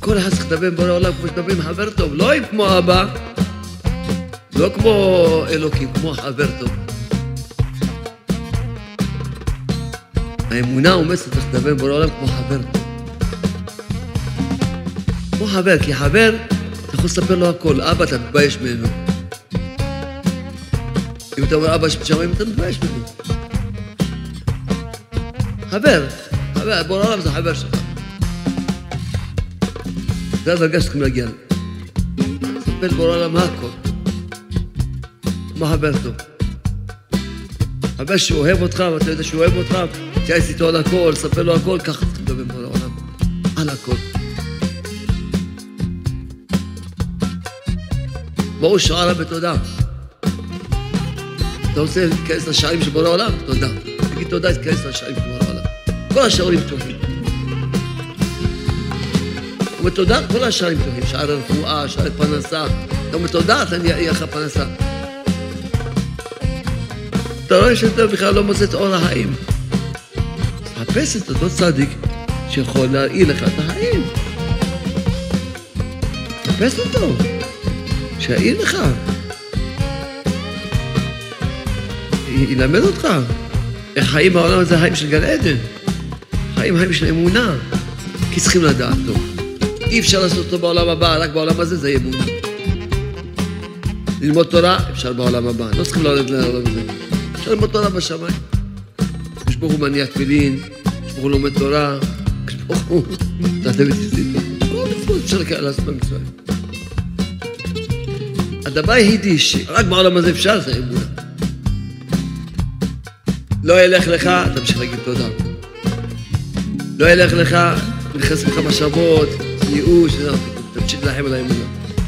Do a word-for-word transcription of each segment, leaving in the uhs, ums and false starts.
כל אחד צריך לדבר בורא עולם כמו שדבר עם חבר טוב, לא עם כמו אבא, לא כמו אלוקים, כמו חבר טוב. האמונה אומרת צריך לדבר בורא עולם כמו חבר טוב. כמו חבר, כי חבר, אתה יכול לספר לו הכל. אבא, אתה מתבייש ממנו. אם אתה אומר אבא שמשמעים, אתה מתבייש ממנו. חבר, חבר, בורא עולם זה חבר שלך. זה הדרגה שצריכים להגיע. ספר בורא עולם הכל. כמו חבר טוב. חבר שהוא אוהב אותך, ואתה יודע שהוא אוהב אותך, תתייעץ איתו על הכל, ספר לו הכל, ככה צריכים לדבר בורא עולם. על הכל. בואו שערה בתודה. אתה רוצה להיכנס לשערים של בורא עולם? תודה. תגיד תודה, תיכנס לשערים של בורא עולם. כל השערים פתוחים. ובתודה, כל השערים פתוחים. שער הרפואה, שער פרנסה. אתה אומר תודה, אתה יהיה לך פרנסה. אתה רואה שאתה בכלל לא מוצא את אור החיים. תחפש את אותו צדיק שיכול להרעיל לך את החיים. תחפש אותו. שיעיר לך. ילמד אותך. איך חיים בעולם הזה, חיים של גן עדן. חיים, חיים של אמונה. כי צריכים לדעת טוב. אי אפשר לעשות אותו בעולם הבא, רק בעולם הזה זה אמונה. ללמוד תורה, אפשר בעולם הבא. לא צריכים ללמוד לעולם הזה. אפשר ללמוד תורה בשמיים. יש ברוך הוא מניע תפילין, יש ברוך הוא לומד תורה, יש ברוך הוא תעשה ותעשית. לא מצוות, אפשר לעשות במצוות. הדבר היחידי שרק בעולם הזה אפשר זה אמונה. לא ילך לך, תמשיך להגיד תודה. לא ילך לך, נכנס לך מחשבות, ייאוש, תמשיך להילחם על האמונה.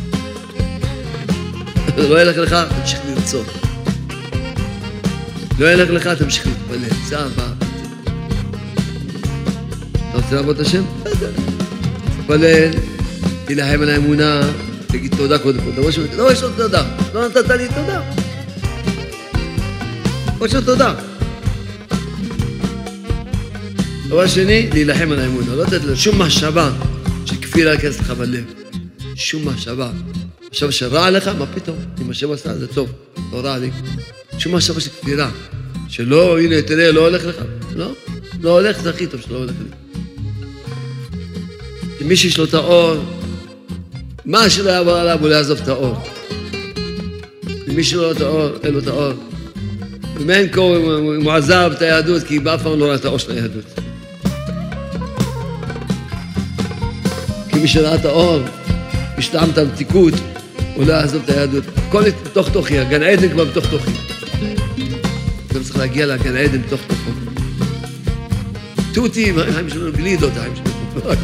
לא ילך לך, תמשיך לרצות. לא ילך לך, תמשיך להתפלל. זה הבא. אתה רוצה לעבוד את השם? תתפלל, תילחם על האמונה, תגיד תודה קודם כל. דבר שני, לא, יש לו תודה. לא נתת לי תודה. יש לו תודה. דבר שני, להילחם על האמונה. לא לתת לו שום מחשבה שכפירה להיכנס לך בלב. שום מחשבה. מחשבה שרע לך, מה פתאום? אם השם עשה, זה טוב. לא רע לי. שום מחשבה של כפירה. שלא, הנה, תראה, לא הולך לך. לא, לא הולך, זה הכי טוב שלא הולך לי. אם מישהו יש לו את האור, מה שלא יעבור עליו, הוא לא יעזוב את האור. אם מישהו לא את האור, אין לו את האור. אם אין כה, הוא עזב את היהדות, כי באף פעם לא ראה את האור של היהדות. כי מי שראה את האור, משתעם את המתיקות, הוא לא יעזוב את היהדות. הכל בתוך תוכי, הגן עדן כבר בתוך תוכי. אתה צריך להגיע לגן עדן בתוך תוכו. תותים, החיים שלנו גלידות, החיים שלנו.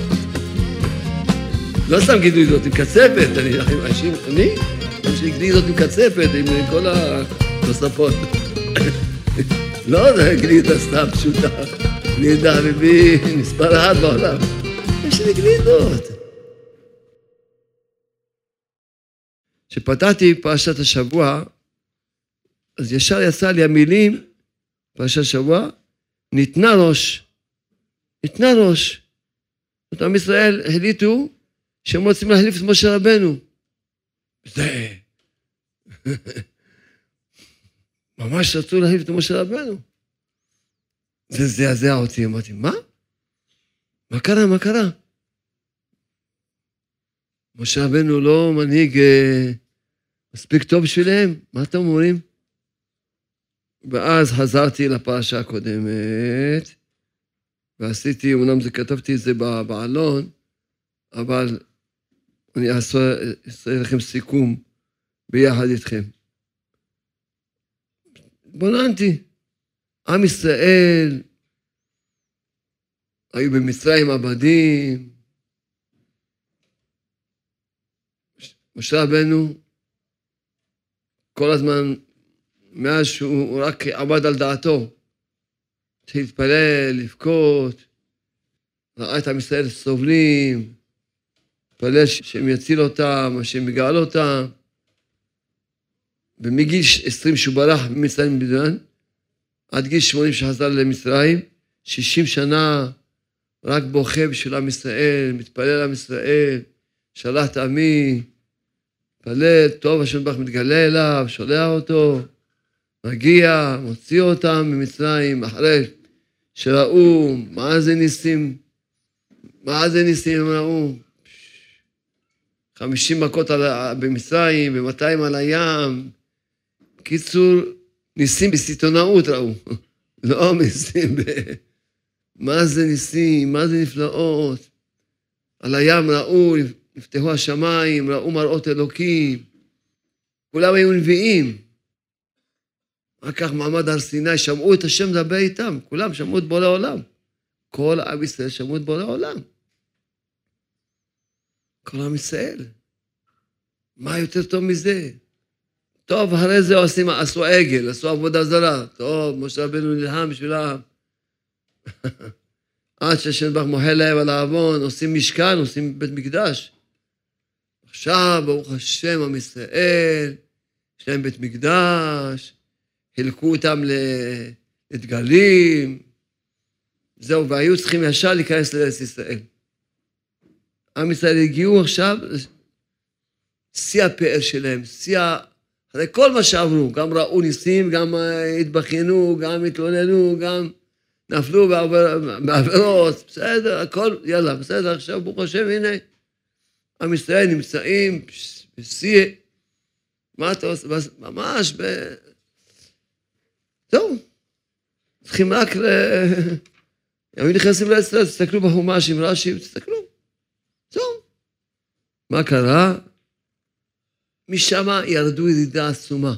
לא סתם גלידות, עם קצפת, אני, אני, החיים שלי גלידות עם קצפת, עם כל התוספות. לא, זה גלידה סתם פשוטה. גלידה חביבי, מספר אחד בעולם. יש לי גלידות. כשפתחתי פרשת השבוע, אז ישר יצא לי המילים, פרשת השבוע, ניתנה ראש. ניתנה ראש. זאת עם ישראל החליטו שהם רוצים להחליף את משה רבנו. זה... ממש רצו להחליף את משה רבנו. זה זעזע אותי, אמרתי, מה? מה קרה, מה קרה? משה רבנו לא מנהיג אה, מספיק טוב בשבילם? מה אתם אומרים? ואז חזרתי לפרשה הקודמת, ועשיתי, אומנם זה כתבתי את זה בעלון, אבל אני אעשה לכם סיכום ביחד איתכם. בוננתי, עם ישראל, היו במצרים עבדים, משה רבנו, כל הזמן, מאז שהוא רק עבד על דעתו, התחיל להתפלל, לבכות, ראה את עם ישראל סובלים, התפלל שהם יציל אותם, שהם יגאל אותם, ומגיל עשרים שהוא ברח ממצרים בדיון, עד גיל שמונים שחזר למצרים, שישים שנה רק בוכה בשביל עם ישראל, מתפלל עם ישראל, שלח את עמי, מתפלל, טוב, השם יתברך מתגלה אליו, שולח אותו, מגיע, מוציא אותם ממצרים, אחרי שראו, מה זה ניסים, מה זה ניסים הם ראו, חמישים מכות במצרים, ומאתיים על הים, קיצור, ניסים בסיטונאות ראו, לא ניסים ב... מה זה ניסים, מה זה נפלאות, על הים ראו, נפתחו השמיים, ראו מראות אלוקים, כולם היו נביאים, רק כך מעמד הר סיני, שמעו את השם לדבר איתם, כולם שמעו את בורא עולם, כל עם ישראל שמעו את בורא עולם, כל עם ישראל, מה יותר טוב מזה? טוב, אחרי זה עושים, עשו עגל, עשו עבודה זרה, טוב, משה רבנו נלחם בשבילם, עד שהשם יתברך מוחל להם על העוון, עושים משכן, עושים בית מקדש, עכשיו, ברוך השם, עם ישראל, יש להם בית מקדש, חילקו אותם לדגלים, זהו, והיו צריכים ישר להיכנס לארץ ישראל. עם ישראל הגיעו עכשיו, שיא הפאר שלהם, שיא, אחרי כל מה שעברו, גם ראו ניסים, גם התבכיינו, גם התלוננו, גם נפלו בעבירות, בסדר, הכל, יאללה, בסדר, עכשיו ברוך השם, הנה, עם ישראל נמצאים בשיא, מה אתה עושה, ממש ב... זהו, צריכים רק ל... הם נכנסים לישראל, תסתכלו בחומש עם רש"י, תסתכלו, זהו. מה קרה? משם ירדו ירידה עצומה.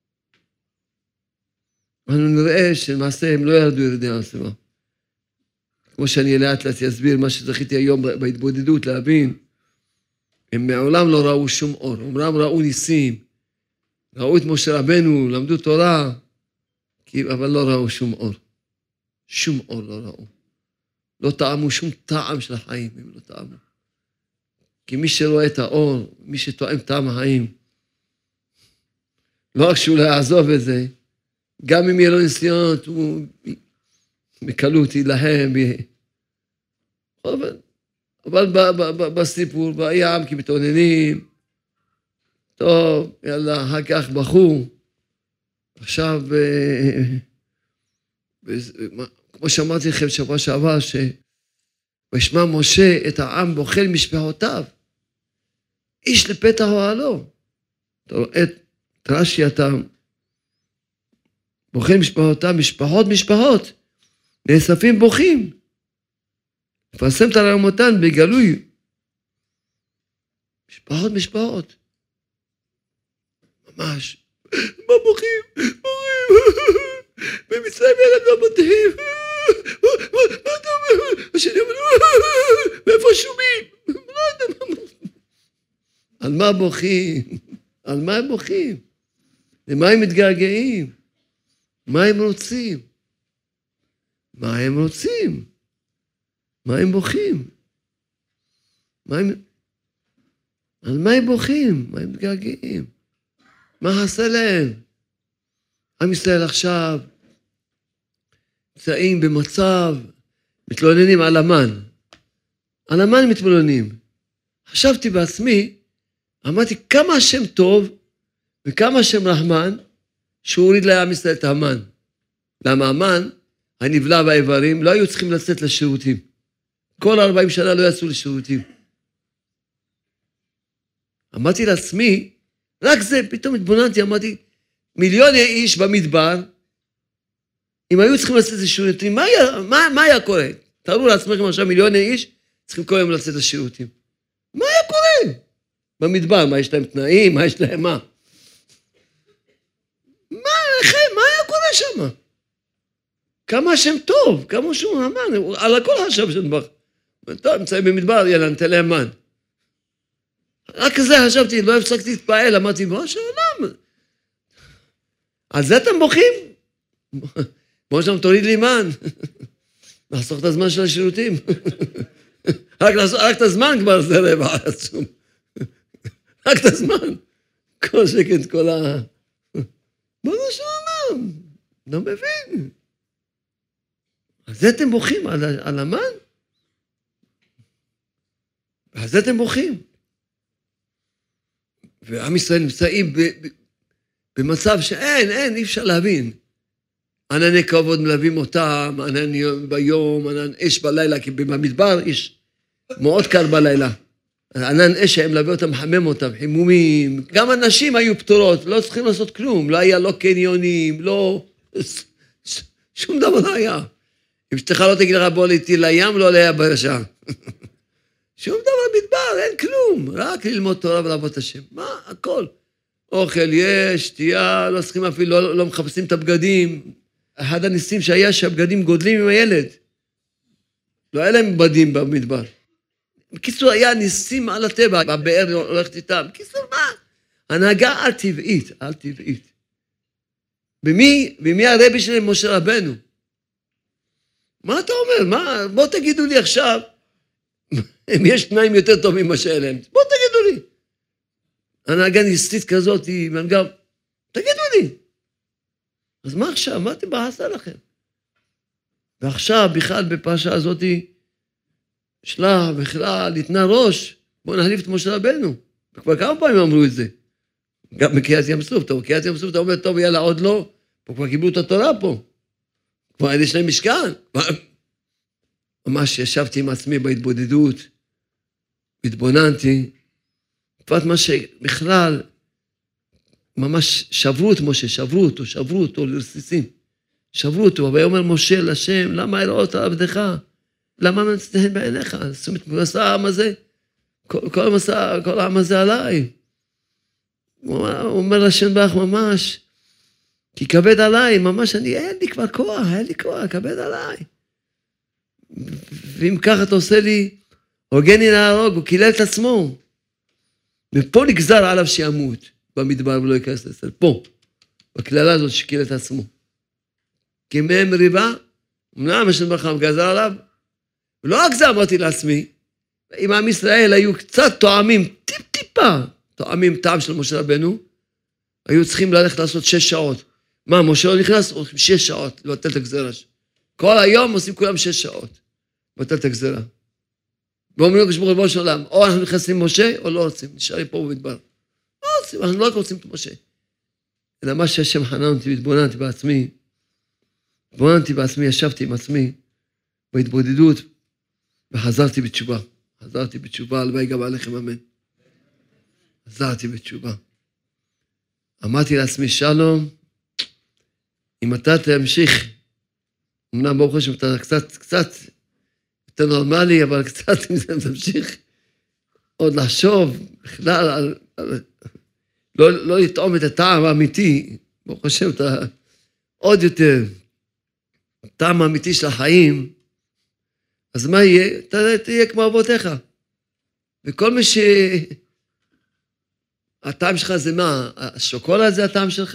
אנחנו נראה שלמעשה הם לא ירדו ירידה עצומה. כמו שאני לאט לאט אסביר מה שזכיתי היום בהתבודדות להבין, הם מעולם לא ראו שום אור, אומנם ראו ניסים, ראו את משה רבנו, למדו תורה, אבל לא ראו שום אור. שום אור לא ראו. לא טעמו שום טעם של החיים, הם לא טעמו. כי מי שרואה את האור, מי שטועם טעם החיים, לא רק שהוא לא יעזוב את זה, גם אם יהיה לו ניסיונות, הוא בקלות ילהם. אבל, אבל ב, ב, ב, בסיפור, בים, כי מתעוננים, טוב, יאללה, אחר כך בחור, עכשיו, כמו שאמרתי לכם שבוע שעבר, וישמע משה את העם בוכה משפחותיו, איש לפתח אוהלו. אתה רואה את רש"י, אתה בוכה משפחותיו, משפחות משפחות, נאספים בוכים, לפרסם את הרעיונותן בגלוי, משפחות משפחות, ממש, מה בוכים? בוכים, במצרים ילד והבתים, מה אתה אומר? השני אומר, מאיפה שומעים? לא יודע מה. על מה בוכים? על מה הם בוכים? למה הם מתגעגעים? מה הם רוצים? מה הם רוצים? מה הם בוכים? מה הם... על מה הם בוכים? מה הם מתגעגעים? מה עשה להם? עם ישראל עכשיו נמצאים במצב, מתלוננים על המן. על המן מתלוננים. חשבתי בעצמי, אמרתי כמה השם טוב וכמה השם רחמן, שהוא הוריד לעם ישראל את המן. למה המן, הנבלע באיברים, לא היו צריכים לצאת לשירותים. כל ארבעים שנה לא יצאו לשירותים. אמרתי לעצמי, רק זה, פתאום התבוננתי, אמרתי, מיליוני איש במדבר, אם היו צריכים לצאת לשירותים, מה היה, מה, מה היה קורה? תארו לעצמכם עכשיו מיליוני איש, צריכים כל יום לצאת לשירותים. מה היה קורה? במדבר, מה יש להם תנאים, מה יש להם מה? מה, לכם, מה היה קורה שם? כמה השם טוב, כמה שהוא אמן, על הכל חשב שנדבר. טוב, נמצאים במדבר, יאללה, נתן להם מן. רק כזה חשבתי, לא הפסקתי להתפעל, אמרתי, מה שעולם? על זה אתם בוכים? כמו שם תוריד לי מן. לחסוך את הזמן של השירותים. רק, רק את הזמן כבר זה רווח עצום. רק את הזמן. כל שקט, כל ה... מה זה שעולם? לא מבין. על זה אתם בוכים, על, על המן? אז אתם בוכים. ועם ישראל נמצאים במצב שאין, אין, אי אפשר להבין. ענני כבוד מלווים אותם, ענן ביום, ענן אש בלילה, כי במדבר יש מאוד קר בלילה. ענן אש שהם מלווה אותם, מחמם אותם, חימומים. גם הנשים היו פטורות, לא צריכים לעשות כלום. לא היה לא קניונים, לא... שום דבר לא היה. אם שתך לא תגיד לך, בוא איתי לים, לא עליה בישר. שום דבר מדבר, אין כלום. רק ללמוד תורה ולעבוד את השם. מה? הכל. אוכל יש, שתייה, לא צריכים אפילו, לא, לא מחפשים את הבגדים. אחד הניסים שהיה שהבגדים גודלים עם הילד. לא היה להם בדים במדבר. בקיצור, היה ניסים על הטבע, בבאר הולכת איתם. בקיצור, מה? הנהגה על טבעית, על טבעית. ומי, ומי הרבי שלהם? משה רבנו. מה אתה אומר? מה? בוא תגידו לי עכשיו, אם יש תנאים יותר טובים ממה שאליהם. בוא תגידו לי. הנהגה ניסית כזאת, היא מנגב, תגידו לי. אז מה עכשיו? מה אתם בעשה לכם? ועכשיו, בכלל, בפרשה הזאת, שלח בכלל, התנה ראש, בואו נחליף את משה רבנו. וכבר כמה פעמים אמרו את זה. גם בקריאת ים סוף, טוב, בקריאת ים סוף אתה אומר, טוב, יאללה, עוד לא, פה כבר קיבלו את התורה פה. כבר יש להם משכן. ממש ישבתי עם עצמי בהתבודדות, התבוננתי, בפרט מה שבכלל, ממש שברו את משה, שברו אותו, שברו אותו לרסיסים. שברו אותו, אבל אומר משה לשם, למה הראית עבדך? למה מצטהן בעיניך? זאת אומרת, מסע העם הזה, כל, כל, המסע, כל העם הזה עליי. הוא אומר לשם בך ממש, כי כבד עליי, ממש אני, אין לי כבר כוח, אין לי כוח, כבד עליי. ואם ככה אתה עושה לי, הוגני להרוג, הוא קילל את עצמו. ופה נגזר עליו שימות במדבר ולא ייכנס לצל. פה, בכללה הזאת שקילל את עצמו. כי מהם ריבה, אמנם השם ברכה גזר עליו, ולא רק זה אמרתי לעצמי, אם עם ישראל היו קצת תואמים, טיפ טיפה, תואמים טעם של משה רבנו, היו צריכים ללכת לעשות שש שעות. מה, משה לא נכנס? הולכים שש שעות לבטל את הגזרה. כל היום עושים כולם שש שעות, לבטל את הגזרה. ואומרים לו כשבור ריבונו של עולם, או אנחנו נכנסים משה, או לא רוצים, נשארים פה במדבר. לא רוצים, אנחנו לא רק רוצים את משה. אלא מה שהשם חנן אותי, התבוננתי בעצמי, התבוננתי בעצמי, ישבתי עם עצמי, בהתבודדות, וחזרתי בתשובה. חזרתי בתשובה, הלוואי גם עליכם אמן. חזרתי בתשובה. אמרתי לעצמי, שלום, אם אתה תמשיך, אמנם ברוך השם, אתה קצת, קצת, יותר נורמלי, אבל קצת אם אתה תמשיך עוד לחשוב בכלל על, על לא, לא לטעום את הטעם האמיתי, ברוך השם, אתה עוד יותר, הטעם האמיתי של החיים, אז מה יהיה? אתה תהיה כמו אבותיך. וכל מי ש... הטעם שלך זה מה? השוקולד זה הטעם שלך?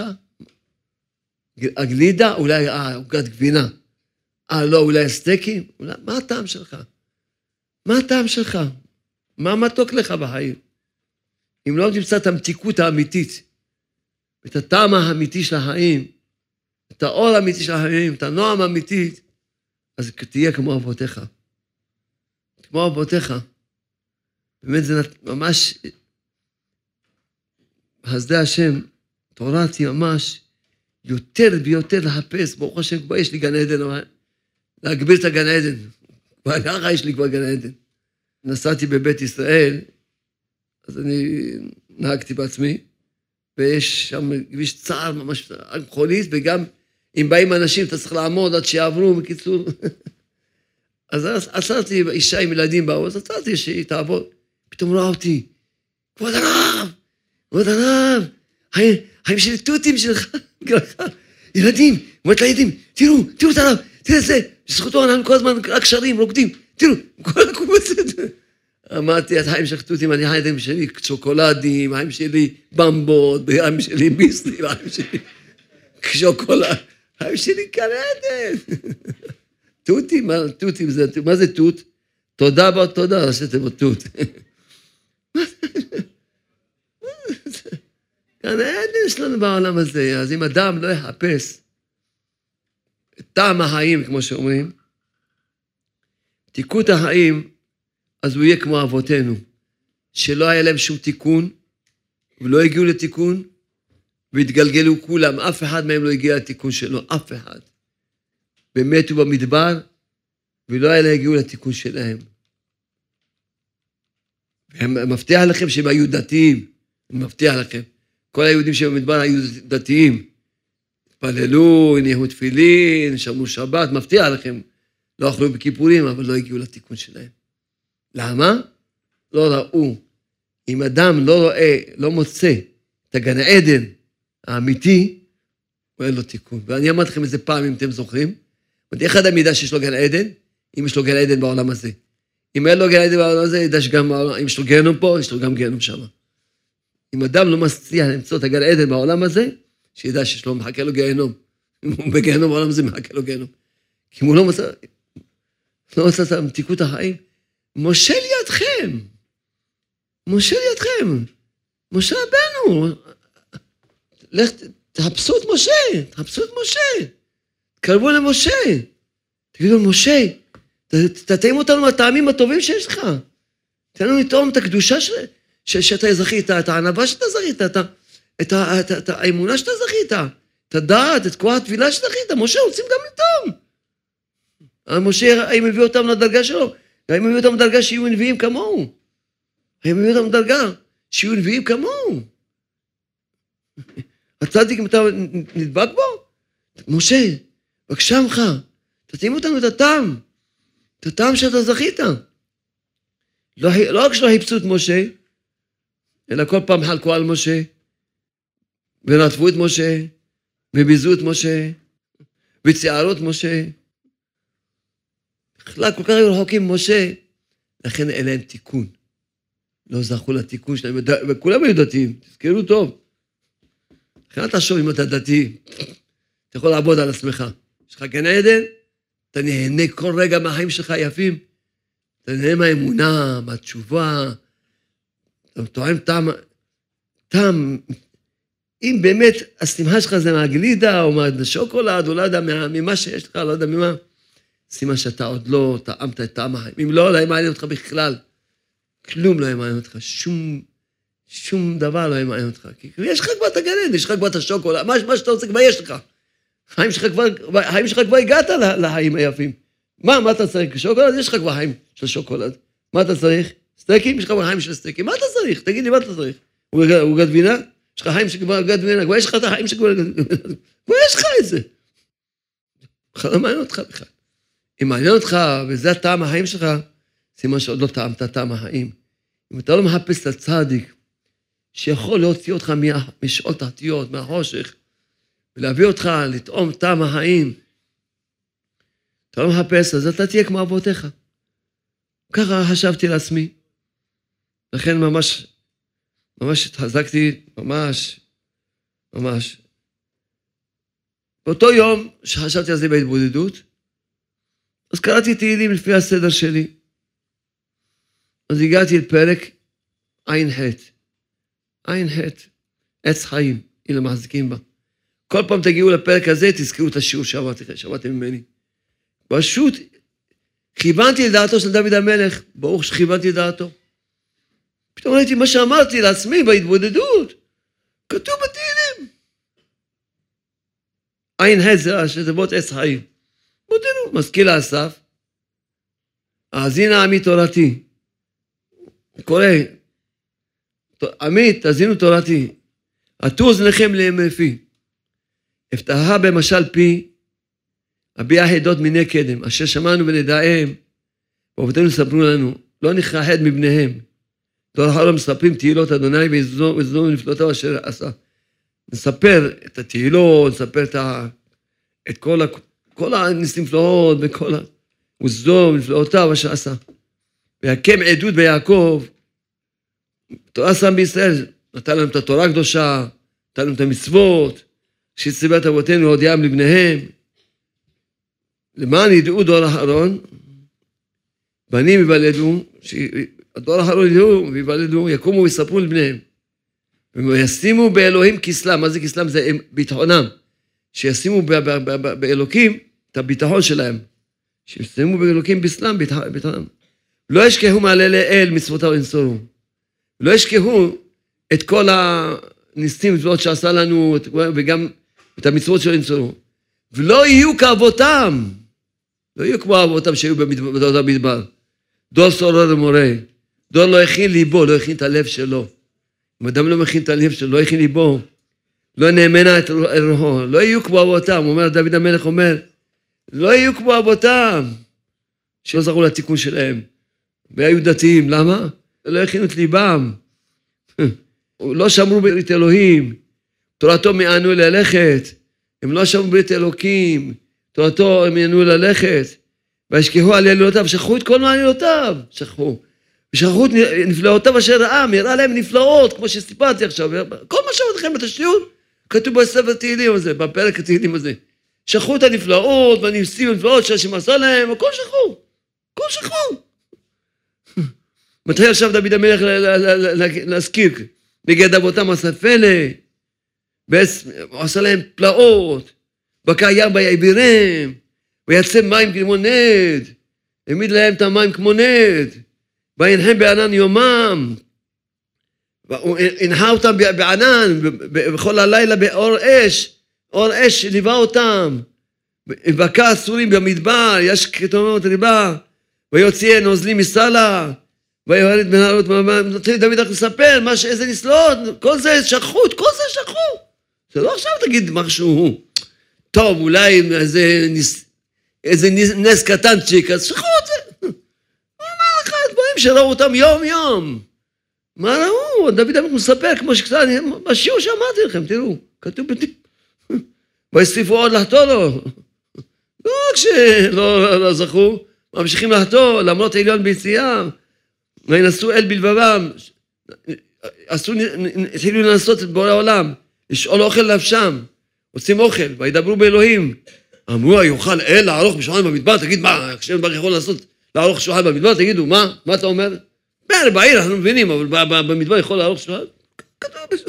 הגלידה? אולי עוגת גבינה. אה, לא, אולי הסטייקים? אולי... מה הטעם שלך? מה הטעם שלך? מה מתוק לך בחיים? אם לא תמצא את המתיקות האמיתית, את הטעם האמיתי של החיים, את האור האמיתי של החיים, את הנועם האמיתי, אז תהיה כמו אבותיך. כמו אבותיך. באמת זה ממש, חסדי השם, תורתי ממש, יותר ויותר לחפש, ברוך השם, כבר יש לי גן עדן, להגביר את הגן עדן. כבר ככה יש לי כבר גן עדן. נסעתי בבית ישראל, אז אני נהגתי בעצמי, ויש שם כביש צער ממש חולית, וגם אם באים אנשים, אתה צריך לעמוד עד שיעברו, בקיצור. אז עצרתי, אישה עם ילדים באו, אז עצרתי שהיא תעבוד. פתאום ראה אותי, כבוד הרב, כבוד הרב, האם שלי תותים שלך, ילדים, אומרת לילדים, תראו, תראו את הרב, תראה את זה, בזכותו אנחנו כל הזמן רק שרים, רוקדים, תראו, כל הקובצת. אמרתי, את חיים שחטותים, אני חיים שלי שוקולדים, חיים שלי במבות, חיים שלי ביסלי, חיים שלי שוקולד, חיים שלי קרדת. תותים, תותים, מה זה תות? תודה בו, תודה, עשיתם בו תות. קרדת שלנו בעולם הזה, אז אם אדם לא יחפש את טעם החיים, כמו שאומרים, תיקות החיים, אז הוא יהיה כמו אבותינו. שלא היה להם שום תיקון, ולא הגיעו לתיקון, והתגלגלו כולם, אף אחד מהם לא הגיע לתיקון שלו, אף אחד. ומתו במדבר, ולא היה להם הגיעו לתיקון שלהם. אני מבטיח לכם שהם היו דתיים, אני מבטיח לכם. כל היהודים שבמדבר היו דתיים. התפללו, הניחו תפילין, שמרו שבת, מבטיח לכם. לא אכלו בכיפורים, אבל לא הגיעו לתיקון שלהם. למה? לא ראו. אם אדם לא רואה, לא מוצא את הגן העדן האמיתי, הוא אין לו תיקון. ואני אמרתי לכם איזה פעם, אם אתם זוכרים, איך אדם ידע שיש לו גן העדן? אם יש לו גן העדן בעולם הזה. אם אין לו גן עדן בעולם הזה, ידע שגם בעולם, אם יש לו גיהנום פה, יש לו גם גיהנום שם. אם אדם לא מצליח למצוא את הגן עדן בעולם הזה, שידע שיש לו, מחכה לו גיהנום. אם הוא בגיהנום בעולם הזה, מחכה לו גיהנום. כי אם הוא לא מצא, לא מצא את מתיקות החיים, משה לידכם. משה לידכם. משה רבנו. לך, תחפשו את משה. תחפשו את משה. תקרבו למשה. תגידו, משה, תתאים אותנו מהטעמים הטובים שיש לך. תן לנו לטעום את הקדושה ש... ש... שאתה זכית, את הענבה שאתה זכית, את, את, את, את האמונה שאתה זכית, את הדעת, את כוח התפילה שאתה זכית. משה, רוצים גם לטעום. משה, האם הביא אותם לדרגה שלו? האם הביא אותם לדרגה שיהיו נביאים כמוהו? האם הביא אותם לדרגה שיהיו נביאים כמוהו? הצדיק, אם אתה נדבק בו? משה, בבקשה ממך, תתאים אותנו את הטעם, את הטעם שאתה זכית. לא, לא רק שלא חיפשו את משה, אלא כל פעם חלקו על משה, ונטפו את משה, וביזו את משה, וציערו את משה. בכלל, כל כך היו רחוקים משה, לכן אין להם תיקון. לא זכו לתיקון שלהם, וכולם היו דתיים, תזכרו טוב. לכן אתה שוב אם אתה דתי, אתה יכול לעבוד על עצמך. יש לך גן עדן, אתה נהנה כל רגע מהחיים שלך יפים, אתה נהנה מהאמונה, מהתשובה, אתה טועם טעם, טעם, אם באמת השמחה שלך זה מהגלידה, או מהשוקולד, או לא יודע, ממה שיש לך, לא יודע ממה, סימן שאתה עוד לא טעמת את טעם החיים. אם לא, לא היה מעניין אותך בכלל. כלום לא היה מעניין אותך, שום, שום דבר לא היה מעניין אותך. כי יש לך כבר את הגן עדן, יש לך כבר את השוקולד, מה, מה שאתה רוצה כבר יש לך. החיים שלך כבר, החיים שלך כבר הגעת לחיים היפים. מה, מה אתה צריך? שוקולד? יש לך כבר חיים של שוקולד. מה אתה צריך? סטייקים? יש לך כבר חיים של סטייקים. מה אתה צריך? תגיד לי, מה אתה צריך? הוא גד וינה? יש לך חיים שכבר גד וינה? כבר יש לך את החיים שכבר גד וינה? כבר יש לך את זה. בכלל לא מעניין אותך בכלל. אם מעניין אותך, וזה הטעם החיים שלך, סימן שעוד לא טעמת טעם החיים. אם אתה לא מחפש את הצדיק, שיכול להוציא אותך משאול תחתיות, מהחושך, ולהביא אותך לטעום טעם החיים, אתה לא מחפש, אז אתה תהיה כמו אבותיך. ככה חשבתי לעצמי. לכן ממש, ממש התחזקתי, ממש, ממש. באותו יום שחשבתי על זה בהתבודדות, אז קראתי תהילים לפי הסדר שלי. אז הגעתי לפרק עין ח' עין ח' עץ חיים, הנה מחזיקים בה. כל פעם תגיעו לפרק הזה, תזכרו את השיעור שמעתם ממני. פשוט כיוונתי לדעתו של דוד המלך, ברוך שכיוונתי לדעתו. פתאום ראיתי מה שאמרתי לעצמי בהתבודדות, כתוב בתהילים. עין ח' זה שתיבות עץ חיים. בואו תראו, מזכיר לאסף, האזינה עמי תורתי. קורא, עמית, תאזינו תורתי. עטו אוזניכם לימי פי. הבטחה במשל פי, הביע חידות מיני קדם, אשר שמענו ונדעיהם, ואבותינו ספרו לנו, לא נכחד מבניהם. דור אחרון מספרים תהילות אדוני וזדום ונפלאותיו אשר עשה. נספר את התהילות, נספר את, ה... את כל, ה... כל הנפלאות וכל ה... וזדום ונפלאותיו אשר עשה. ויקם עדות ביעקב, תורה שם בישראל, נתן לנו את התורה הקדושה, נתן לנו את המצוות, שציווה את אבותינו להודיעם לבניהם, למען ידעו דור האחרון, בנים יוולדו, הדור האחרון ידעו ויוולדו, יקומו ויספרו לבניהם, וישימו באלוהים כסלם. מה זה כסלם? זה ביטחונם, שישימו באלוקים את הביטחון שלהם, שישימו באלוקים בסלם ביטחונם. לא ישכחו מעלה לאל מצוותיו ינצורו, לא ישכחו את כל הניסים ותבואות שעשה לנו, וגם את המצוות שלו ינצרו. ולא יהיו כאבותם, לא יהיו כמו אבותם שהיו בדור המדבר. דור סורר ומורה, דור לא הכין ליבו, לא הכין את הלב שלו. אם אדם לא מכין את הלב שלו, לא הכין ליבו, לא נאמנה את רוחו, לא יהיו כמו אבותם. אומר דוד המלך, אומר, לא יהיו כמו אבותם, שלא זכו לתיקון שלהם. והיו דתיים, למה? לא הכינו את ליבם. לא שמרו ברית אלוהים, תורתו מענו ללכת, הם לא שמרו ברית אלוקים, תורתו הם מענו ללכת, והשכחו על עלילותיו, שכחו את כל מעלילותיו, שכחו. ושכחו את נפלאותיו אשר ראה, יראה להם נפלאות, כמו שסיפרתי עכשיו, כל מה שאומר לכם בתשתיות, כתוב בספר תהילים הזה, בפרק התהילים הזה. שכחו את הנפלאות, והניסים ונפלאות שהשם עשה להם, הכל שכחו, הכל שכחו. מתחיל עכשיו דוד המלך להזכיר, נגד אבותם עשה פלא, הוא עשה להם פלאות, בקע ים ויעבירם, ויצא מים כמו נד, העמיד להם את המים כמו נד, וינחם בענן יומם, הנחה אותם בענן, בכל הלילה באור אש, אור אש ליווה אותם, בקע אסורים במדבר, יש כתומות ריבה, ויוציא נוזלים מסלע, ויורד בנהרות, נתחיל דוד איך לספר, איזה נסלות, כל זה שכחו, כל זה שכחו. זה לא עכשיו תגיד משהו, טוב, אולי איזה נס, איזה נס קטנצ'יק, אז שכחו את זה. מה אמר לך, דברים שראו אותם יום יום. מה ראו? דוד המלך מספר, כמו שקצת, בשיעור שאמרתי לכם, תראו, כתוב בטיפ. ויסריפו עוד לחטוא לו. לא רק שלא לא זכו, ממשיכים לחטוא, למרות עליון ביציאה. וינסו אל בלבבם, התחילו לנסות את בורא העולם, לשאול אוכל נפשם, עושים אוכל, וידברו באלוהים. אמרו, יוכל אל לערוך בשולחן במדבר, תגיד מה, השם ברוך יכול לעשות, לערוך שולחן במדבר, תגידו, מה? מה אתה אומר? בעיר אנחנו מבינים, אבל במדבר יכול לערוך שולחן? כתוב בשביל.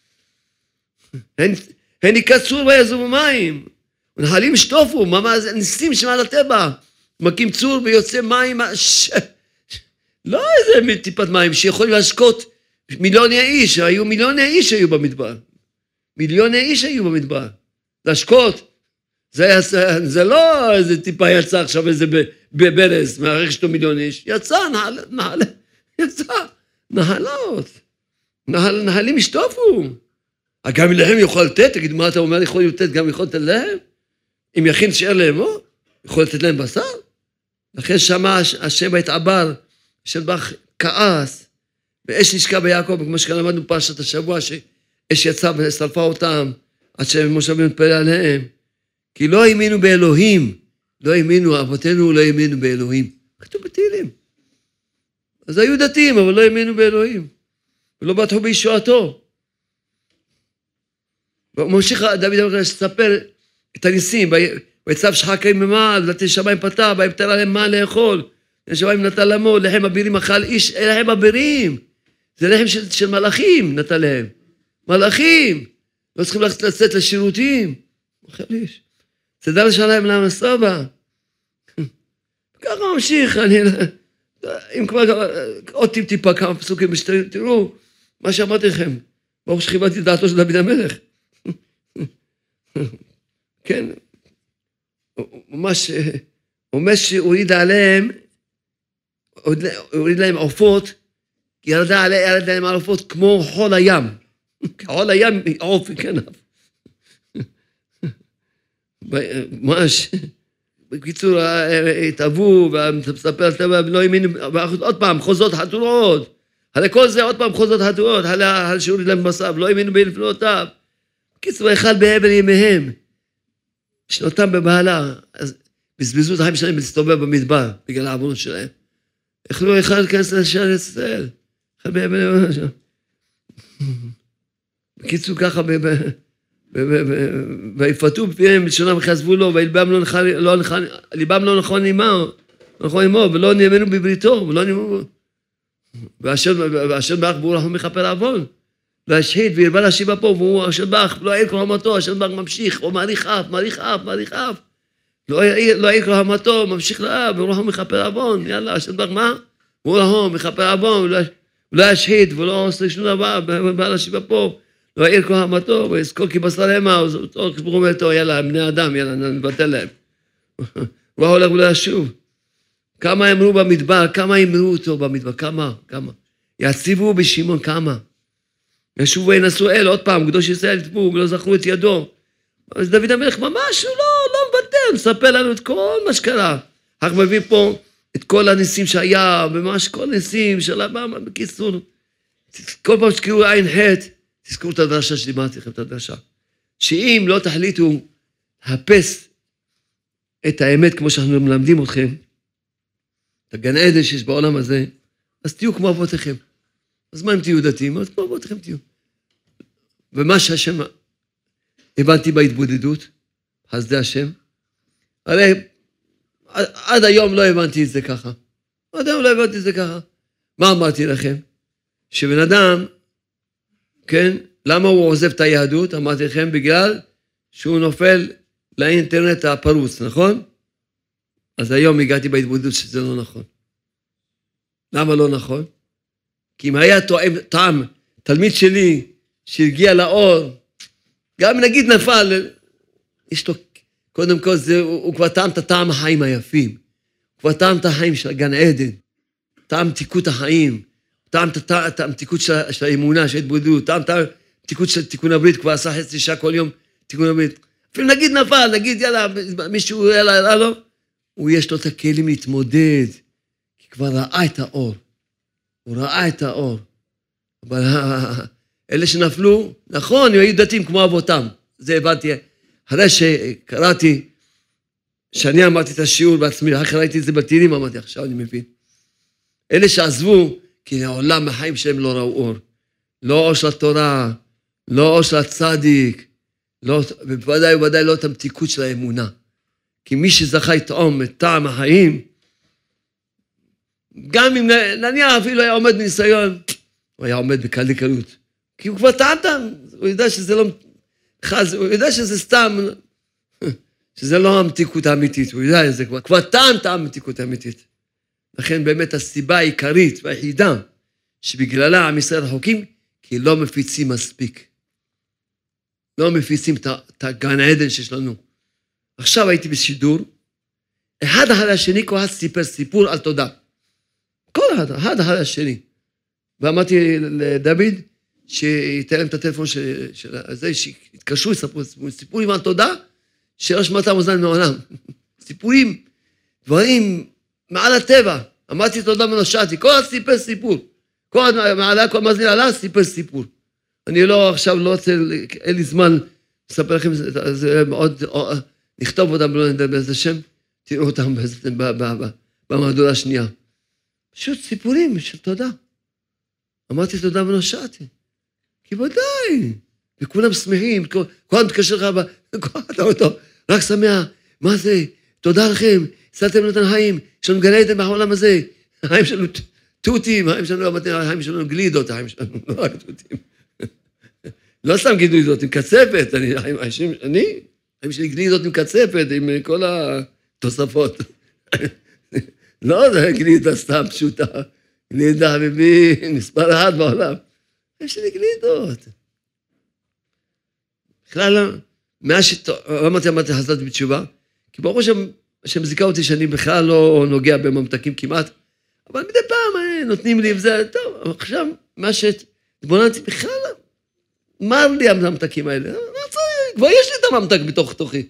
הן יקצור ויעזבו מים, ונחלים שטופו, ניסים שמעל הטבע, מקים צור ויוצא מים, לא איזה טיפת מים שיכולים להשקות מיליוני איש, היו מיליוני איש שהיו במדבר. מיליוני איש היו במדבר. להשקות. זה, זה לא איזה טיפה יצא עכשיו איזה בברז, מהערך שלו מיליון איש. יצא, נהל, נהל, יצא, נהלות. נהל, נהלים השטופו. גם להם יוכל לתת, תגיד מה אתה אומר, יכול לתת, גם יכול לתת להם? אם יכין שאר להם, או? יכול לתת להם בשר? לכן שמע השם התעבר, של בח כעס, ואש נשקע ביעקב, כמו שלמדנו פרשת השבוע, שאש יצא ושרפה אותם, עד שמשה רבנו התפלל עליהם, כי לא האמינו באלוהים, לא האמינו, אבותינו לא האמינו באלוהים, כתוב בתהילים. אז היו דתיים, אבל לא האמינו באלוהים, ולא בטחו בישועתו. וממשיך דוד המלך לספר את הניסים, ויצב שחקי ממעל, ונתן שמיים פתח, ויפטר עליהם מה לאכול, שמיים נתן למו, לחם אבירים אכל איש, לחם אבירים, זה לחם של, של מלאכים נתן להם, מלאכים, לא צריכים לצאת לשירותים, אוכל איש, צדר שלהם להם הסבא, ככה ממשיך, אני, אם כבר, עוד טיפ טיפה כמה פסוקים, תראו, מה שאמרתי לכם, ברוך שכיוונתי את דעתו של דוד המלך, כן, ממש, אומר שהוריד עליהם, הוריד להם עופות, ירדה עליהם, להם עופות כמו חול הים. חול הים, עוף, כן. ממש, בקיצור, התאבו, ומספר על טבע, ולא האמינו, עוד פעם, חוזות חתורות. הרי כל זה עוד פעם חוזות חתורות, על שהוריד להם בשר, ולא האמינו בנפלאותיו. בקיצור, אחד בעבר ימיהם, שנותם בבעלה, אז בזבזו את החיים שלהם להסתובב במדבר, בגלל העוונות שלהם. יכלו אחד להיכנס לשער ישראל. אחד בעבר ימיהם. בקיצור, ככה, ויפתו בפיהם בלשונם וכזבו לו, וליבם לא נכון עמו, נכון עמו, ולא נאמנו בבריתו, ולא נאמנו, ואשר ברך בו אנחנו מכפר עוון. והשחית וירבה להשיבה פה, והוא אשר בך, לא העיר כרמתו, אשר בך ממשיך, הוא מעריך אף, מעריך אף, מעריך אף. לא העיר כרמתו, ממשיך לאב, והוא לא מכפר עוון, יאללה, אשר בך מה? הוא לא מכפר עוון, לא ישחית ולא עושה שום דבר, בעל השיבה פה, לא יעיר כל המתו, ויזכור כי בשר המה, הוא אומר לו, יאללה, בני אדם, יאללה, נבטל להם. הוא הולך ולא ישוב. כמה אמרו במדבר, כמה אמרו אותו במדבר, כמה, כמה. יציבו בשמעון, כמה. ישובו וינסו אל, עוד פעם, קדוש ישראל יתבו, ולא זכרו את ידו. אז דוד המלך ממש, הוא לא, לא מבטל, מספר לנו את כל מה שקרה. רק מביא פה את כל הניסים שהיה, ממש כל ניסים של הבמה, בקיצור. כל פעם שתקראו עין חטא, תזכרו את הדרשה שדיברתי לכם, את הדרשה. שאם לא תחליטו לחפש את האמת כמו שאנחנו מלמדים אתכם, את הגן עדן שיש בעולם הזה, אז תהיו כמו אבותיכם. אז מה אם תהיו דתיים? אז כמו אבותיכם תהיו. ומה שהשם הבנתי בהתבודדות, חסדי השם, הרי עד היום לא הבנתי את זה ככה. עד היום לא הבנתי את זה ככה. מה אמרתי לכם? שבן אדם, כן, למה הוא עוזב את היהדות? אמרתי לכם, בגלל שהוא נופל לאינטרנט הפרוץ, נכון? אז היום הגעתי בהתבודדות שזה לא נכון. למה לא נכון? כי אם היה טעם, תלמיד שלי שהגיע לאור, גם נגיד נפל, יש לו, קודם כל זה, הוא, הוא כבר טעם את הטעם החיים היפים, הוא כבר טעם את החיים של גן עדן, טעם תיקות החיים, טעם את התיקות של, של האמונה, של ההתבודדות, טעם את התיקות של תיקון הברית, כבר עשה חצי שעה כל יום תיקון הברית. אפילו נגיד נפל, נגיד יאללה, מישהו יאללה, יאללה, לא, הוא יש לו את הכלים להתמודד, כי כבר ראה את האור, הוא ראה את האור. אבל אלה שנפלו, נכון, הם היו דתיים כמו אבותם, זה הבנתי. אחרי שקראתי, שאני אמרתי את השיעור בעצמי, אחרי ראיתי את זה בתהילים, אמרתי, עכשיו אני מבין. אלה שעזבו, כי העולם החיים שלהם לא ראו אור. לא אור של התורה, לא אור של הצדיק, לא, ובוודאי ובוודאי לא את המתיקות של האמונה. כי מי שזכה יטעום את טעם החיים, גם אם נניח אפילו היה עומד בניסיון, הוא היה עומד בקלי קלות. כי הוא כבר טעם טעם, הוא יודע שזה לא, הוא יודע שזה סתם, שזה לא המתיקות האמיתית, הוא יודע שזה כבר, כבר טעם טעם המתיקות האמיתית. לכן באמת הסיבה העיקרית והיחידה, שבגללה עם ישראל רחוקים, כי לא מפיצים מספיק. לא מפיצים את הגן עדן שיש לנו. עכשיו הייתי בשידור, אחד אחרי השני, כל אחד סיפר סיפור על תודה. כל אחד, אחד אחרי השני. ואמרתי לדוד, שייתן להם את הטלפון של זה, שהתקשרו, סיפורים על תודה, שלא שמעתם אוזניים מעולם. סיפורים, דברים מעל הטבע. אמרתי תודה ונושעתי, כל אחד סיפר סיפור. כל אחד מעלה, כל מזמין עלה, סיפר סיפור. אני לא, עכשיו לא רוצה, אין לי זמן לספר לכם, זה מאוד, נכתוב אותם, לא נדע באיזה שם, תראו אותם במהדורה השנייה. פשוט סיפורים של תודה. אמרתי תודה ונושעתי. כי ודאי, וכולם שמחים, כולם מתקשר לך, אתה אותו, רק שמח, מה זה? תודה לכם, הצלתם לנו את החיים, יש לנו גן עדן בעולם הזה, החיים שלנו תותים, החיים שלנו, החיים שלנו גלידות, החיים שלנו לא רק תותים. לא סתם גלידות, עם קצפת, אני, אני, החיים שלי גלידות עם קצפת, עם כל התוספות. לא, זה גלידה סתם פשוטה, גלידה מביא מספר אחד בעולם. החיים שלי גלידות. בכלל, מאז שאמרתי, אמרתי, חזרתי בתשובה, כי ברור שהם זיקה אותי שאני בכלל לא נוגע בממתקים כמעט, אבל מדי פעם נותנים לי וזה, טוב, עכשיו, מה שתבוננתי בכלל, מר לי הממתקים האלה, כבר יש לי את הממתק בתוך תוכי.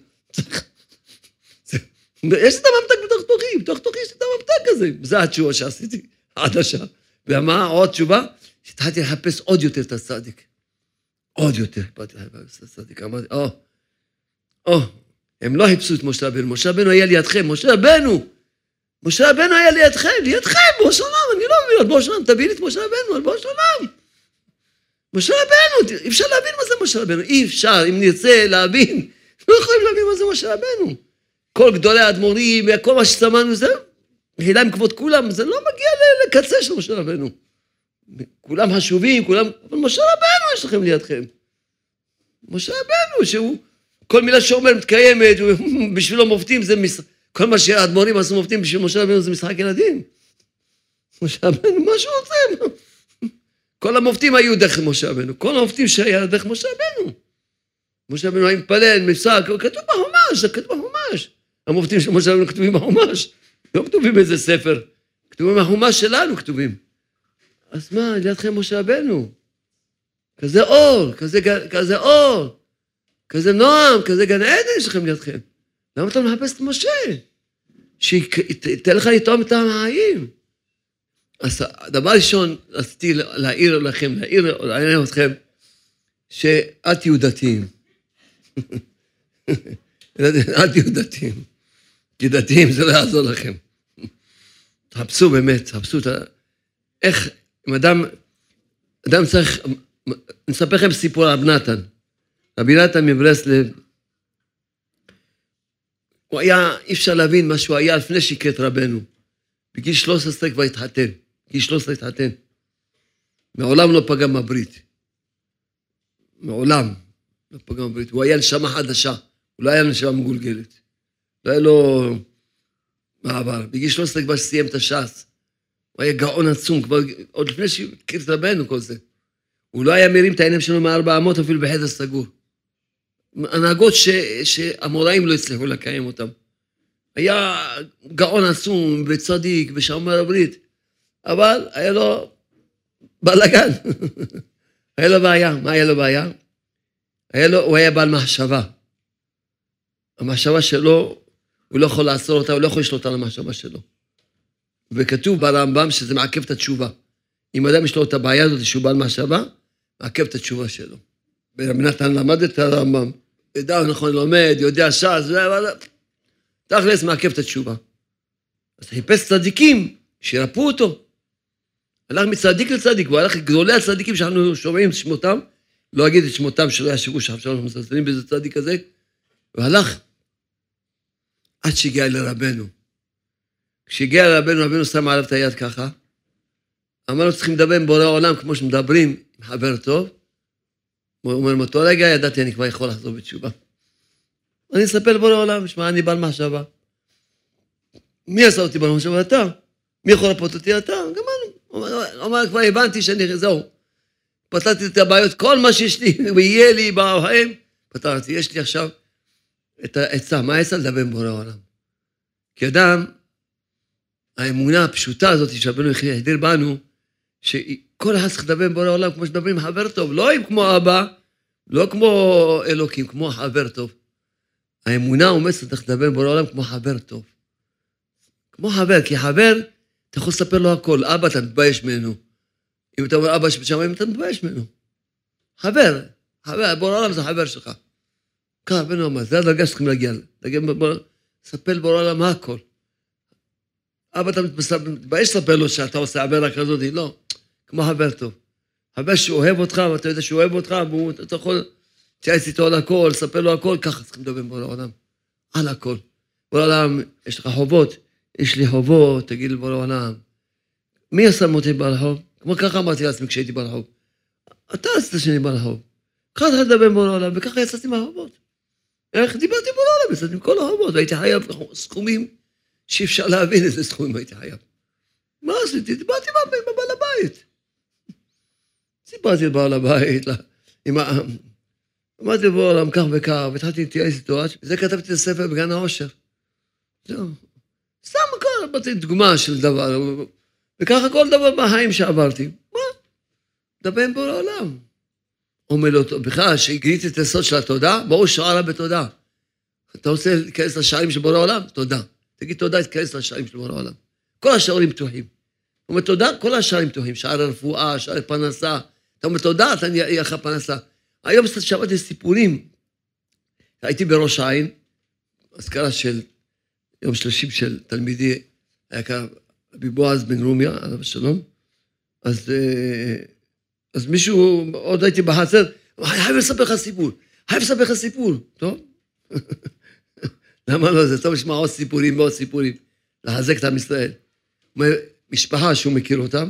יש לי את הממתק בתוך תוכי, בתוך תוכי יש לי את הממתק הזה. זה התשובה שעשיתי עד השעה. ומה עוד תשובה? שהתחלתי לחפש עוד יותר את הצדיק. עוד יותר, באתי לחפש את הצדיק. אמרתי, או, או, הם לא חיפשו את משה רבנו, משה רבנו היה לידכם, משה רבנו, משה רבנו היה לידכם, לידכם, בראש עולם, אני לא מבין, על בראש עולם, תבין את משה רבנו, על בראש עולם. משה רבנו, אי אפשר להבין מה זה משה רבנו, אי אפשר, אם נרצה להבין, לא יכולים להבין מה זה משה רבנו. כל גדולי האדמו"רים, כל מה ששמענו, זה מחילה עם כבוד כולם, זה לא מגיע לקצה של משה רבנו. כולם חשובים, כולם, אבל משה רבנו יש לכם לידכם. משה רבנו, שהוא, כל מילה שאומר מתקיימת, בשבילו מופתים, זה מש... כל מה שהאדמו"רים עשו מופתים בשביל משה רבנו, זה משחק ילדים. משה רבנו, מה שהוא רוצה, כל המופתים היו דרך משה רבנו, כל המופתים שהיה דרך משה רבנו. משה רבנו היה מתפלל, מפסק, כתוב בחומש, זה כתוב בחומש. המופתים של משה רבנו כתובים בחומש, לא כתובים באיזה ספר, כתובים בחומש שלנו כתובים. אז מה, לידכם משה רבנו? כזה אור, כזה, כזה אור, כזה נועם, כזה גן עדן יש לכם לידכם. למה אתה מחפש את משה? שייתן לך לטעום את החיים. אז הדבר ראשון, רציתי להעיר לכם, להעיר, להעיר אתכם, שאל תהיו דתיים. אל תהיו דתיים. כי דתיים זה לא יעזור לכם. תחפשו באמת, תחפשו את ה... איך, אם אדם, אדם צריך, נספר לכם סיפור על רבי נתן. רבי נתן מברסלב, הוא היה, אי אפשר להבין מה שהוא היה לפני שהכיר את רבנו. בגיל שלוש עשרה כבר התחתן. בגיל שלוש עשרה התחתן. מעולם לא פגם בברית. מעולם לא פגם בברית. הוא היה נשמה חדשה. הוא לא היה נשמה מגולגלת. לא היה לו מעבר. בגיל שלוש עשרה כבר סיים את הש"ס. הוא היה גאון עצום. כבר, עוד לפני שהכיר את רבנו כל זה. הוא לא היה מרים את העיניים שלו מארבע אמות אפילו בחדר סגור. הנהגות ש, שהמוראים לא הצליחו לקיים אותם. היה גאון עצום וצדיק ושומר הברית, אבל היה לו בלגן. היה לו בעיה. מה היה לו בעיה? היה לו, הוא היה בעל מחשבה. המחשבה שלו, הוא לא יכול לעצור אותה, הוא לא יכול לשלוט על המחשבה שלו. וכתוב ברמב"ם שזה מעכב את התשובה. אם אדם יש לו את הבעיה הזאת שהוא בעל מחשבה, מעכב את התשובה שלו. ורבי נתן למד את הרמב"ם, ידע נכון לומד, יודע ש"ס, תכלס מעכב את התשובה. אז חיפש צדיקים שירפאו אותו. הלך מצדיק לצדיק, הוא הלך גדולי הצדיקים שאנחנו שומעים את שמותם, לא אגיד את שמותם שלא ישבו שם, שאנחנו מסתכלים באיזה צדיק הזה, והלך עד שהגיע לרבנו. כשהגיע לרבנו, רבנו שם עליו את היד ככה, אמר לו, צריכים לדבר עם בורא העולם כמו שמדברים עם חבר טוב, הוא אומר, מאותו רגע ידעתי, אני כבר יכול לחזור בתשובה. אני אספר לבורא העולם, שמע, אני בעל מחשבה. מי עשה אותי בעל מחשבה? אתה. מי יכול לפות אותי? אתה. גם אני. הוא אומר, כבר הבנתי שאני, זהו. פתרתי את הבעיות, כל מה שיש לי, ויהיה לי בעולם, פתרתי. יש לי עכשיו את העצה. מה העצה? לדבר עם בורא העולם. כי אדם, האמונה הפשוטה הזאת שרבנו החדיר בנו, שכל אחד צריך לדבר עם בורא העולם כמו שדברים עם חבר טוב, לא עם כמו אבא, לא כמו אלוקים, כמו חבר טוב. האמונה אומרת שצריך לדבר עם בורא העולם כמו חבר טוב. כמו חבר, כי חבר, אתה יכול לספר לו הכל. אבא, אתה מתבייש ממנו. אם אתה אומר אבא שבשמיים, אתה מתבייש ממנו. חבר, חבר, בורא העולם זה חבר שלך. ככה, רבנו אמר, זה הדרגה שצריכים להגיע. לספר לבורא העולם הכל. אבא, אתה מתבייש לספר לו שאתה עושה עבירה כזאת, לא. כמו חבר טוב. חבר שאוהב אותך, ואתה יודע שהוא אוהב אותך, ואתה יכול להתייעץ איתו על הכל, לספר לו הכל, ככה צריכים לדבר בורא העולם. על הכל. בורא העולם, יש לך חובות, יש לי חובות, תגיד לבורא העולם. מי עשה אותי בעל חוב? כמו ככה אמרתי לעצמי כשהייתי בעל חוב. אתה עשית שאני בעל חוב. ככה אתה לדבר בורא העולם, וככה יצאתי מהחובות. איך דיברתי בורא העולם, יצאתי עם כל החובות, והייתי חייב סכומים שאי אפשר להבין איזה סכומים הייתי חייב. מה עשיתי? דיברתי בבעל הבית. סיפרתי לבעל הבית, אמרתי לבוא עולם כך וכך, והתחלתי להתייעץ איתו, וזה כתבתי את הספר בגן העושר. זהו. סתם כל, אמרתי דוגמה של דבר, וככה כל דבר בחיים שעברתי. מה? דבר עם בורא העולם. אומר לו, בכלל, שהגריתי את הסוד של התודה, ברור שערה בתודה. אתה רוצה להיכנס לשערים של בורא העולם? תודה. תגיד תודה, תיכנס לשערים של בורא העולם. כל השערים פתוחים. הוא אומר, תודה, כל השערים פתוחים, שער הרפואה, שער פרנסה. אתה אומר, תודה, אתה יהיה לך פרנסה. היום שמעתי סיפורים. הייתי בראש העין, אזכרה של יום שלושים של תלמידי, היה כאן רבי בועז בן רומיה, עליו השלום. אז, אז מישהו, עוד הייתי בחצר, חייב לספר לך סיפור, חייב לספר לך סיפור. טוב? למה לא? זה טוב לשמוע עוד סיפורים ועוד סיפורים, לחזק את עם ישראל. הוא אומר, משפחה שהוא מכיר אותם,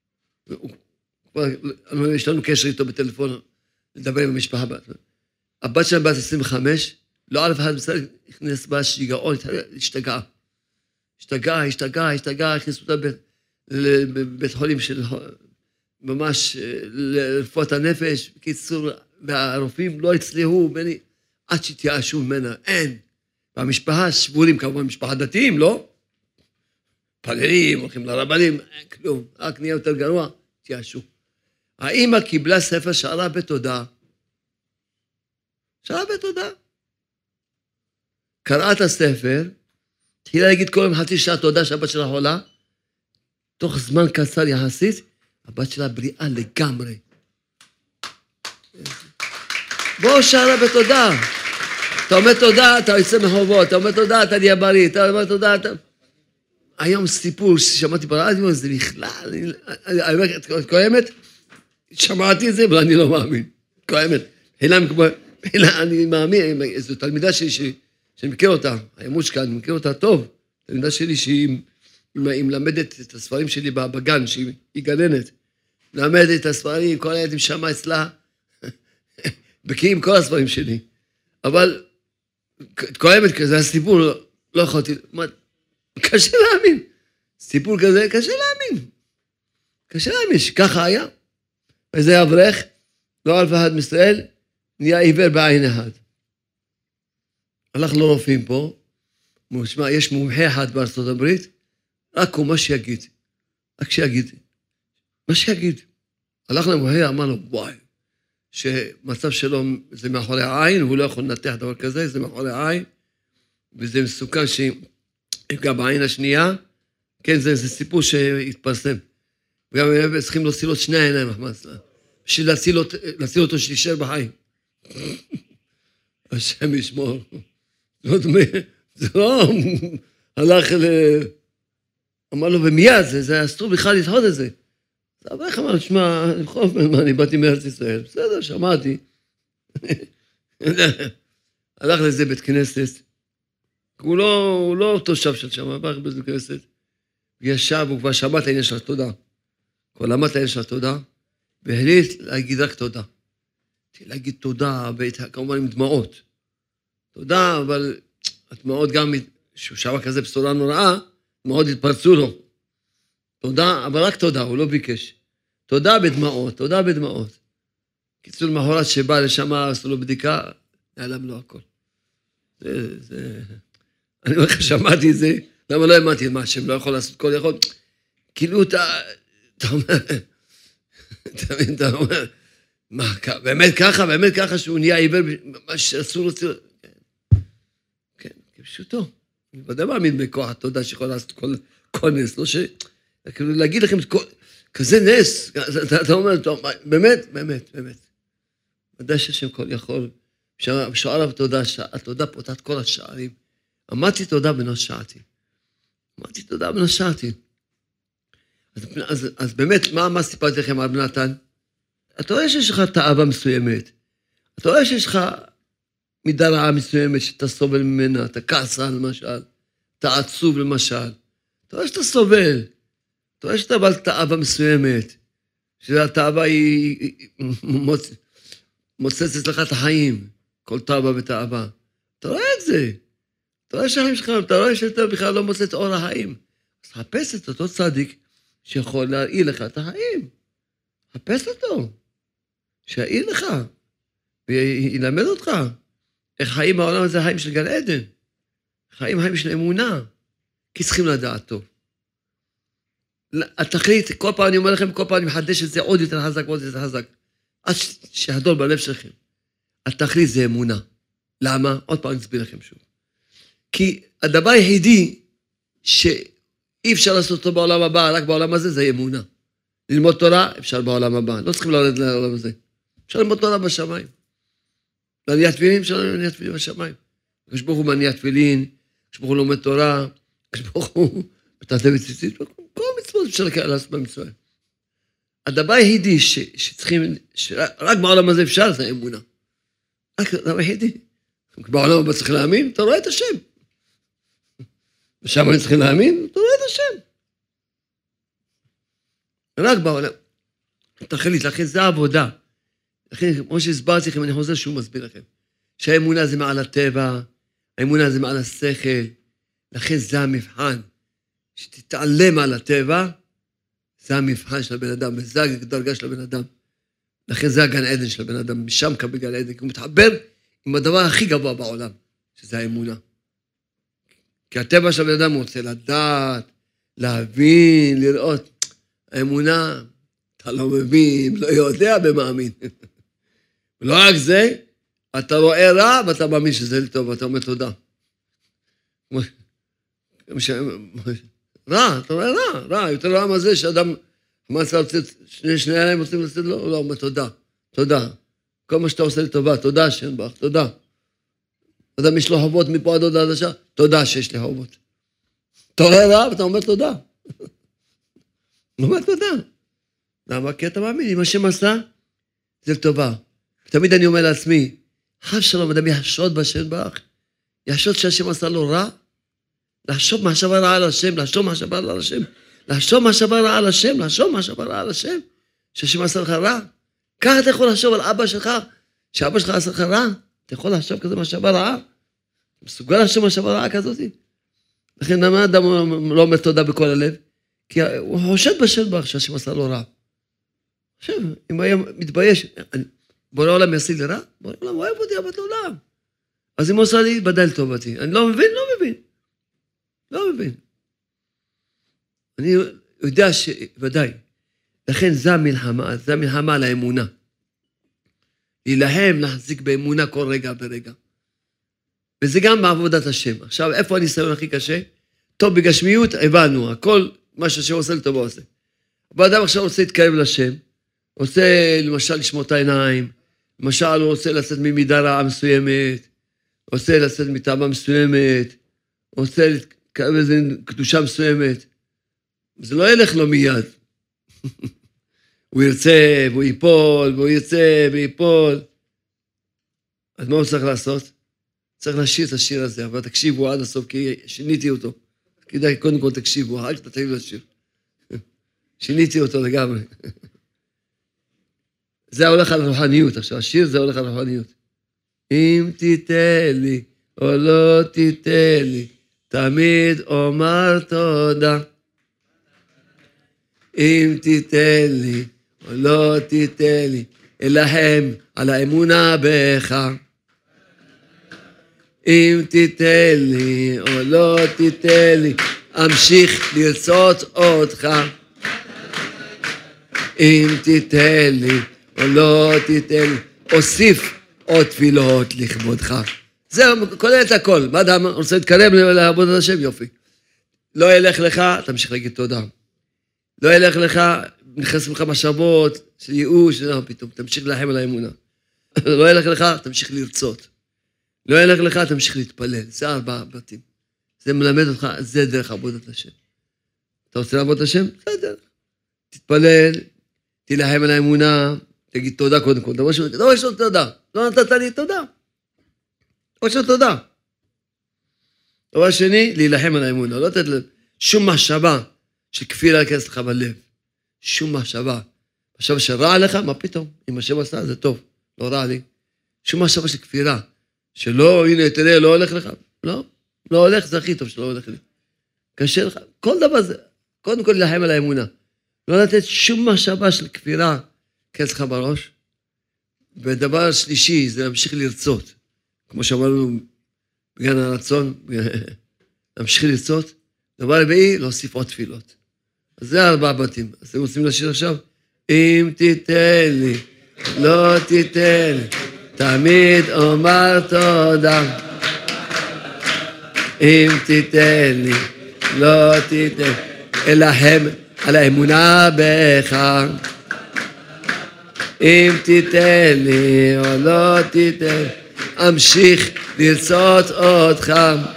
יש לנו קשר איתו בטלפון, לדבר עם המשפחה. הבת שלהם בת עשרים וחמש, לא אלף אחד בסדר, הכנס בה שיגעון, השתגעה. השתגעה, השתגעה, השתגעה, הכניסו אותה לבית חולים של ממש לרפואת הנפש, בקיצור, והרופאים לא הצליחו ממני, עד שתייאשו ממנה, אין. והמשפחה שבורים, כמובן, משפחה דתיים, לא? פללים, הולכים לרבנים, אין כלום, רק נהיה יותר גרוע, תייאשו. האמא קיבלה ספר שערה בתודה, שערה בתודה. קראה את הספר, התחילה להגיד כל יום חצי שעה תודה שהבת שלה חולה, תוך זמן קצר יחסית, הבת שלה בריאה לגמרי. בוא שערה בתודה. אתה אומר תודה, אתה יוצא מחובות, אתה אומר תודה, אתה נהיה בריא, אתה אומר תודה, אתה... היום סיפור ששמעתי ברדיו, זה בכלל, את קיימת? שמעתי את זה, אבל אני לא מאמין. קיימת. אני מאמין, זו תלמידה שלי שאני מכיר אותה, הימושקה, אני מכיר אותה טוב. תלמידה שלי שהיא מלמדת את הספרים שלי בגן, שהיא גננת. מלמדת את הספרים, כל הילדים שמה אצלה, בקיאים כל הספרים שלי. אבל קיימת כזה, הסיפור לא יכולתי, קשה להאמין. סיפור כזה, קשה להאמין. קשה להאמין שככה היה. וזה אברך, לא אלף אחד מישראל, נהיה עיוור בעין אחד. הלך לרופאים פה, משמע, יש מומחה אחד בארצות הברית, רק הוא מה שיגיד. רק שיגיד. מה שיגיד. הלך למומחה, אמר לו, וואי, שמצב שלו זה מאחורי העין, והוא לא יכול לנתח דבר כזה, זה מאחורי העין, וזה מסוכן שיפגע בעין השנייה, כן, זה, זה סיפור שהתפרסם. וגם הם צריכים להוציא לו שני העיניים, בשביל להציל אותו, להציל אותו שישאר בחיים. השם ישמור. זה לא, הלך ל... אמר לו, ומיד, זה, זה אסור בכלל לדחות את זה. אז אברך אמר, תשמע, אני באתי מארץ ישראל, בסדר, שמעתי. הלך לזה בית כנסת, הוא לא, הוא לא תושב של שם, הלך בית כנסת, ישב, הוא כבר שמע את העניין של התודה. כבר למד את העניין של התודה, והחליט להגיד רק תודה. להגיד תודה, כמובן עם דמעות. תודה, אבל הדמעות גם, שהוא שמע כזה בשורה נוראה, דמעות התפרצו לו. תודה, אבל רק תודה, הוא לא ביקש. תודה בדמעות, תודה בדמעות. קיצור מחרת שבא לשם, עשו לו בדיקה, נעלם לו הכל. זה, זה... אני אומר לך, שמעתי את זה, למה לא האמנתי, מה, השם לא יכול לעשות כל יכול? כאילו, אתה, אתה אומר, אתה מבין, אתה אומר, מה, באמת ככה, באמת ככה שהוא נהיה עיוור, מה שאסור לו, כן, כפשוטו. אני ודאי מאמין בכוח התודה שיכול לעשות כל, כל נס, לא ש... כאילו, להגיד לכם, כזה נס, אתה, אתה אומר, באמת, באמת, באמת. ודאי שהשם כל יכול, בשער התודה, התודה פותחת כל השערים. אמרתי תודה ונושעתי. אמרתי תודה ונושעתי. אז, אז, אז באמת, מה, מה סיפרתי לכם על בן נתן? אתה רואה שיש לך תאווה מסוימת. אתה רואה שיש לך מידה רעה מסוימת שאתה סובל ממנה, אתה כעסן למשל, אתה עצוב למשל. אתה רואה שאתה סובל. אתה רואה שאתה בעל תאווה מסוימת, שהתאווה היא מוצ... מוצצת לך את החיים, כל תאווה ותאווה. אתה רואה את זה. אתה רואה שהחיים שלך, אתה רואה שאתה בכלל לא מוצא את אור החיים. אז חפש את אותו צדיק שיכול להרעיל לך את החיים. חפש אותו. שיעיל לך. וילמד אותך. איך חיים בעולם הזה, חיים של גן עדן. חיים חיים של אמונה. כי צריכים לדעת טוב. התכלית, כל פעם אני אומר לכם, כל פעם אני מחדש את זה עוד יותר חזק ועוד יותר חזק. עד שיחדור בלב שלכם. התכלית זה אמונה. למה? עוד פעם אני אסביר לכם שוב. כי הדבר היחידי שאי אפשר לעשות אותו בעולם הבא, רק בעולם הזה, זה אמונה. ללמוד תורה, אפשר בעולם הבא. לא צריכים ללמוד לעולם הזה. אפשר ללמוד תורה בשמיים. להניע תפילין, אפשר להניע תפילין בשמיים. הקדוש ברוך הוא מניע תפילין, הקדוש ברוך הוא לומד תורה, הקדוש ברוך הוא מתעטף בציצית, כל מצוות אפשר לעשות במצווה. הדבר היחידי שצריכים, רק בעולם הזה אפשר, זה אמונה. רק הדבר היחידי. בעולם הבא צריך להאמין, אתה רואה את השם. ושם אני צריכים להאמין, אתה רואה את השם. רק בעולם. תחליט, לכן זה העבודה. לכן, כמו שהסברתי לכם, אני חוזר שהוא מסביר לכם. שהאמונה זה מעל הטבע, האמונה זה מעל השכל, לכן זה המבחן. שתתעלם על הטבע, זה המבחן של הבן אדם, וזה הדרגה של הבן אדם. לכן זה הגן עדן של הבן אדם, משם קבל גן עדן, כי הוא מתחבר עם הדבר הכי גבוה בעולם, שזה האמונה. כי הטבע של הבן אדם הוא רוצה לדעת, להבין, לראות. האמונה, אתה לא מבין, לא יודע במאמין. ולא רק זה, אתה רואה רע ואתה מאמין שזה לטוב, ואתה אומר תודה. רע, אתה רואה רע, רע, יותר רע מה זה שאדם, מה אתה רוצה, שני שני ילדים רוצים לצאת לו, הוא לא אומר תודה, תודה. כל מה שאתה עושה לי טובה, תודה שאין בך, תודה. אדם יש לו חובות מפה עד עוד עד השעה, תודה שיש לי חובות. אתה רואה רע ואתה אומר תודה. הוא אומר תודה. למה? כי אתה מאמין, אם השם עשה, זה לטובה. תמיד אני אומר לעצמי, חס שלום, אדם יחשוד בשם ברך, יחשוד שהשם עשה לו רע, לחשוב מחשבה רעה על השם, לחשוב מחשבה רעה על השם, לחשוב מחשבה רעה על השם, לחשוב מחשבה רעה על השם, שהשם עשה לך רע. ככה אתה יכול לחשוב על אבא שלך, שאבא שלך עשה לך רע, אתה יכול לחשוב כזה מחשבה רעה, אתה מסוגל לחשוב מחשבה רעה כזאת. לכן למה אדם לא אומר תודה בכל הלב? כי הוא חושד בשם ברך שהשם עשה לו רע. עכשיו, אם הוא היה מתבייש, בורא העולם יעשה לי רע, בורא העולם אוהב אותי, אהבת העולם. אז אם הוא עושה לי, בדל טובתי. אני לא מבין, לא מבין. לא מבין. אני יודע שוודאי, לכן זה המלחמה, זה המלחמה על האמונה. להילהם, להחזיק באמונה כל רגע ברגע. וזה גם בעבודת השם. עכשיו, איפה הניסיון הכי קשה? טוב, בגשמיות, הבנו, הכל, מה שהשם עושה לטוב הוא עושה. אבל אדם עכשיו רוצה להתקרב לשם, רוצה למשל לשמור את העיניים, למשל הוא רוצה לצאת ממידה רעה מסוימת, רוצה לצאת מטעמה מסוימת, רוצה להתקרב איזו קדושה מסוימת, זה לא ילך לו מיד. הוא ירצה, והוא ייפול, והוא ירצה, ויפול. אז מה הוא צריך לעשות? צריך לשיר את השיר הזה, אבל תקשיבו עד הסוף, כי שיניתי אותו. כדאי, קודם כל תקשיבו, אחר כך תתחילו לשיר. שיניתי אותו לגמרי. זה הולך על רוחניות, עכשיו השיר זה הולך על רוחניות. אם תיתן לי או לא תיתן לי, תמיד אומר תודה. אם תיתן לי או לא תיתן לי, אלהם על האמונה בך. אם תיתן לי או לא תיתן לי, אמשיך לרצות אותך. אם תיתן לי או לא תיתן לי, אוסיף עוד תפילות לכבודך. זהו, כולל את הכל. מה אדם רוצה להתקרב לעבוד את השם? יופי. לא ילך לך, תמשיך להגיד תודה. לא ילך לך, נכנס לך מחשבות, של ייאוש, לא, פתאום, תמשיך להילחם על האמונה. לא ילך לך, תמשיך לרצות. לא ילך לך, תמשיך להתפלל. זה ארבעה בתים. זה מלמד אותך, זה דרך עבודת השם. אתה רוצה לעבוד את השם? זה דרך. תתפלל, תילחם על האמונה, תגיד תודה קודם כל. דבר ראשון, דבר ראשון, תודה. לא נתת לי תודה. דבר ראשון, תודה. דבר שני, להילחם על האמונה. לא לתת שום מחשבה של כפירה להיכנס לך בלב. שום מחשבה. מחשבה שרע לך, מה פתאום? אם השם עשה, זה טוב. לא רע לי. שום מחשבה של כפירה. שלא, הנה, תראה, לא הולך לך. לא, לא הולך, זה הכי טוב שלא הולך לי. קשה לך. כל דבר זה, קודם כל להילחם על האמונה. לא לתת שום מחשבה של כפירה להיכנס לך בראש. ודבר שלישי, זה להמשיך לרצות. כמו שאמרנו, בגן הרצון, להמשיך לרצות. דבר רביעי, להוסיף עוד תפילות. אז זה ארבעה בתים. אז אתם רוצים לשיר עכשיו? אם תיתן לי, לא תיתן לי, תמיד אומר תודה. אם תיתן לי, לא תיתן, אלהם על האמונה בך. אם תיתן לי או לא תיתן, אמשיך לרצות אותך.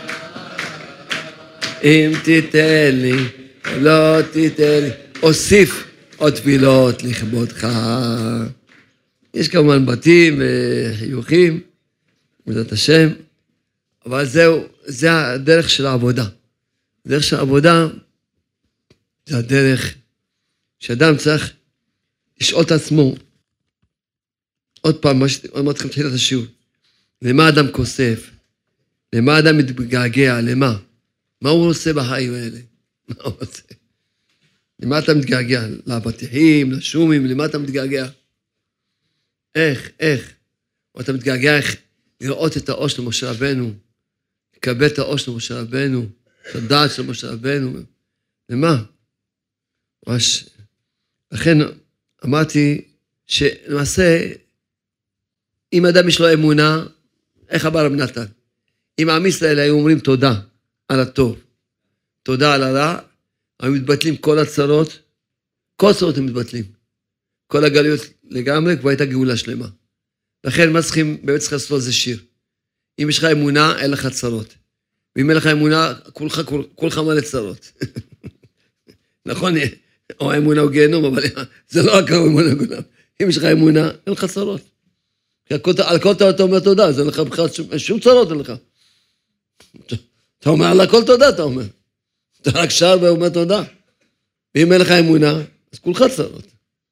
אם תיתן לי או לא תיתן לי, אוסיף עוד תפילות לכבודך. יש כמובן בתים וחיוכים, בעזרת השם, אבל זהו, זה הדרך של העבודה. הדרך של העבודה, זה הדרך שאדם צריך לשאול את עצמו, עוד פעם, עוד מעט תחילת השיעור, למה אדם כוסף? למה אדם מתגעגע? למה? מה הוא עושה בחיים האלה? מה הוא עושה? למה אתה מתגעגע? לאבטיחים, לשומים, למה אתה מתגעגע? איך, איך? או אתה מתגעגע איך לראות את האור של משה רבנו, לקבל את האור של משה רבנו, את הדעת של משה רבנו. למה? ממש. לכן אמרתי שלמעשה, אם אדם יש לו אמונה, איך אמר רב נתן? אם עם ישראל היו אומרים תודה על הטוב, תודה על הרע, היו מתבטלים כל הצרות, כל הצרות הם מתבטלים. כל הגלויות לגמרי, כבר הייתה גאולה שלמה. לכן מה צריכים, באמת צריך לעשות זה שיר. אם יש לך אמונה, אין לך צרות. ואם אין לך אמונה, כולך, כול, כולך מלא צרות. נכון, או האמונה הוא גיהנום, אבל זה לא רק האמונה הוא גיהנום. אם יש לך אמונה, אין לך צרות. על כל אתה אומר תודה, אז אין לך בכלל שום צרות, אין לך. אתה אומר על הכל תודה, אתה אומר. אתה רק שר ואומר תודה. ואם אין לך אמונה, אז כולך צרות.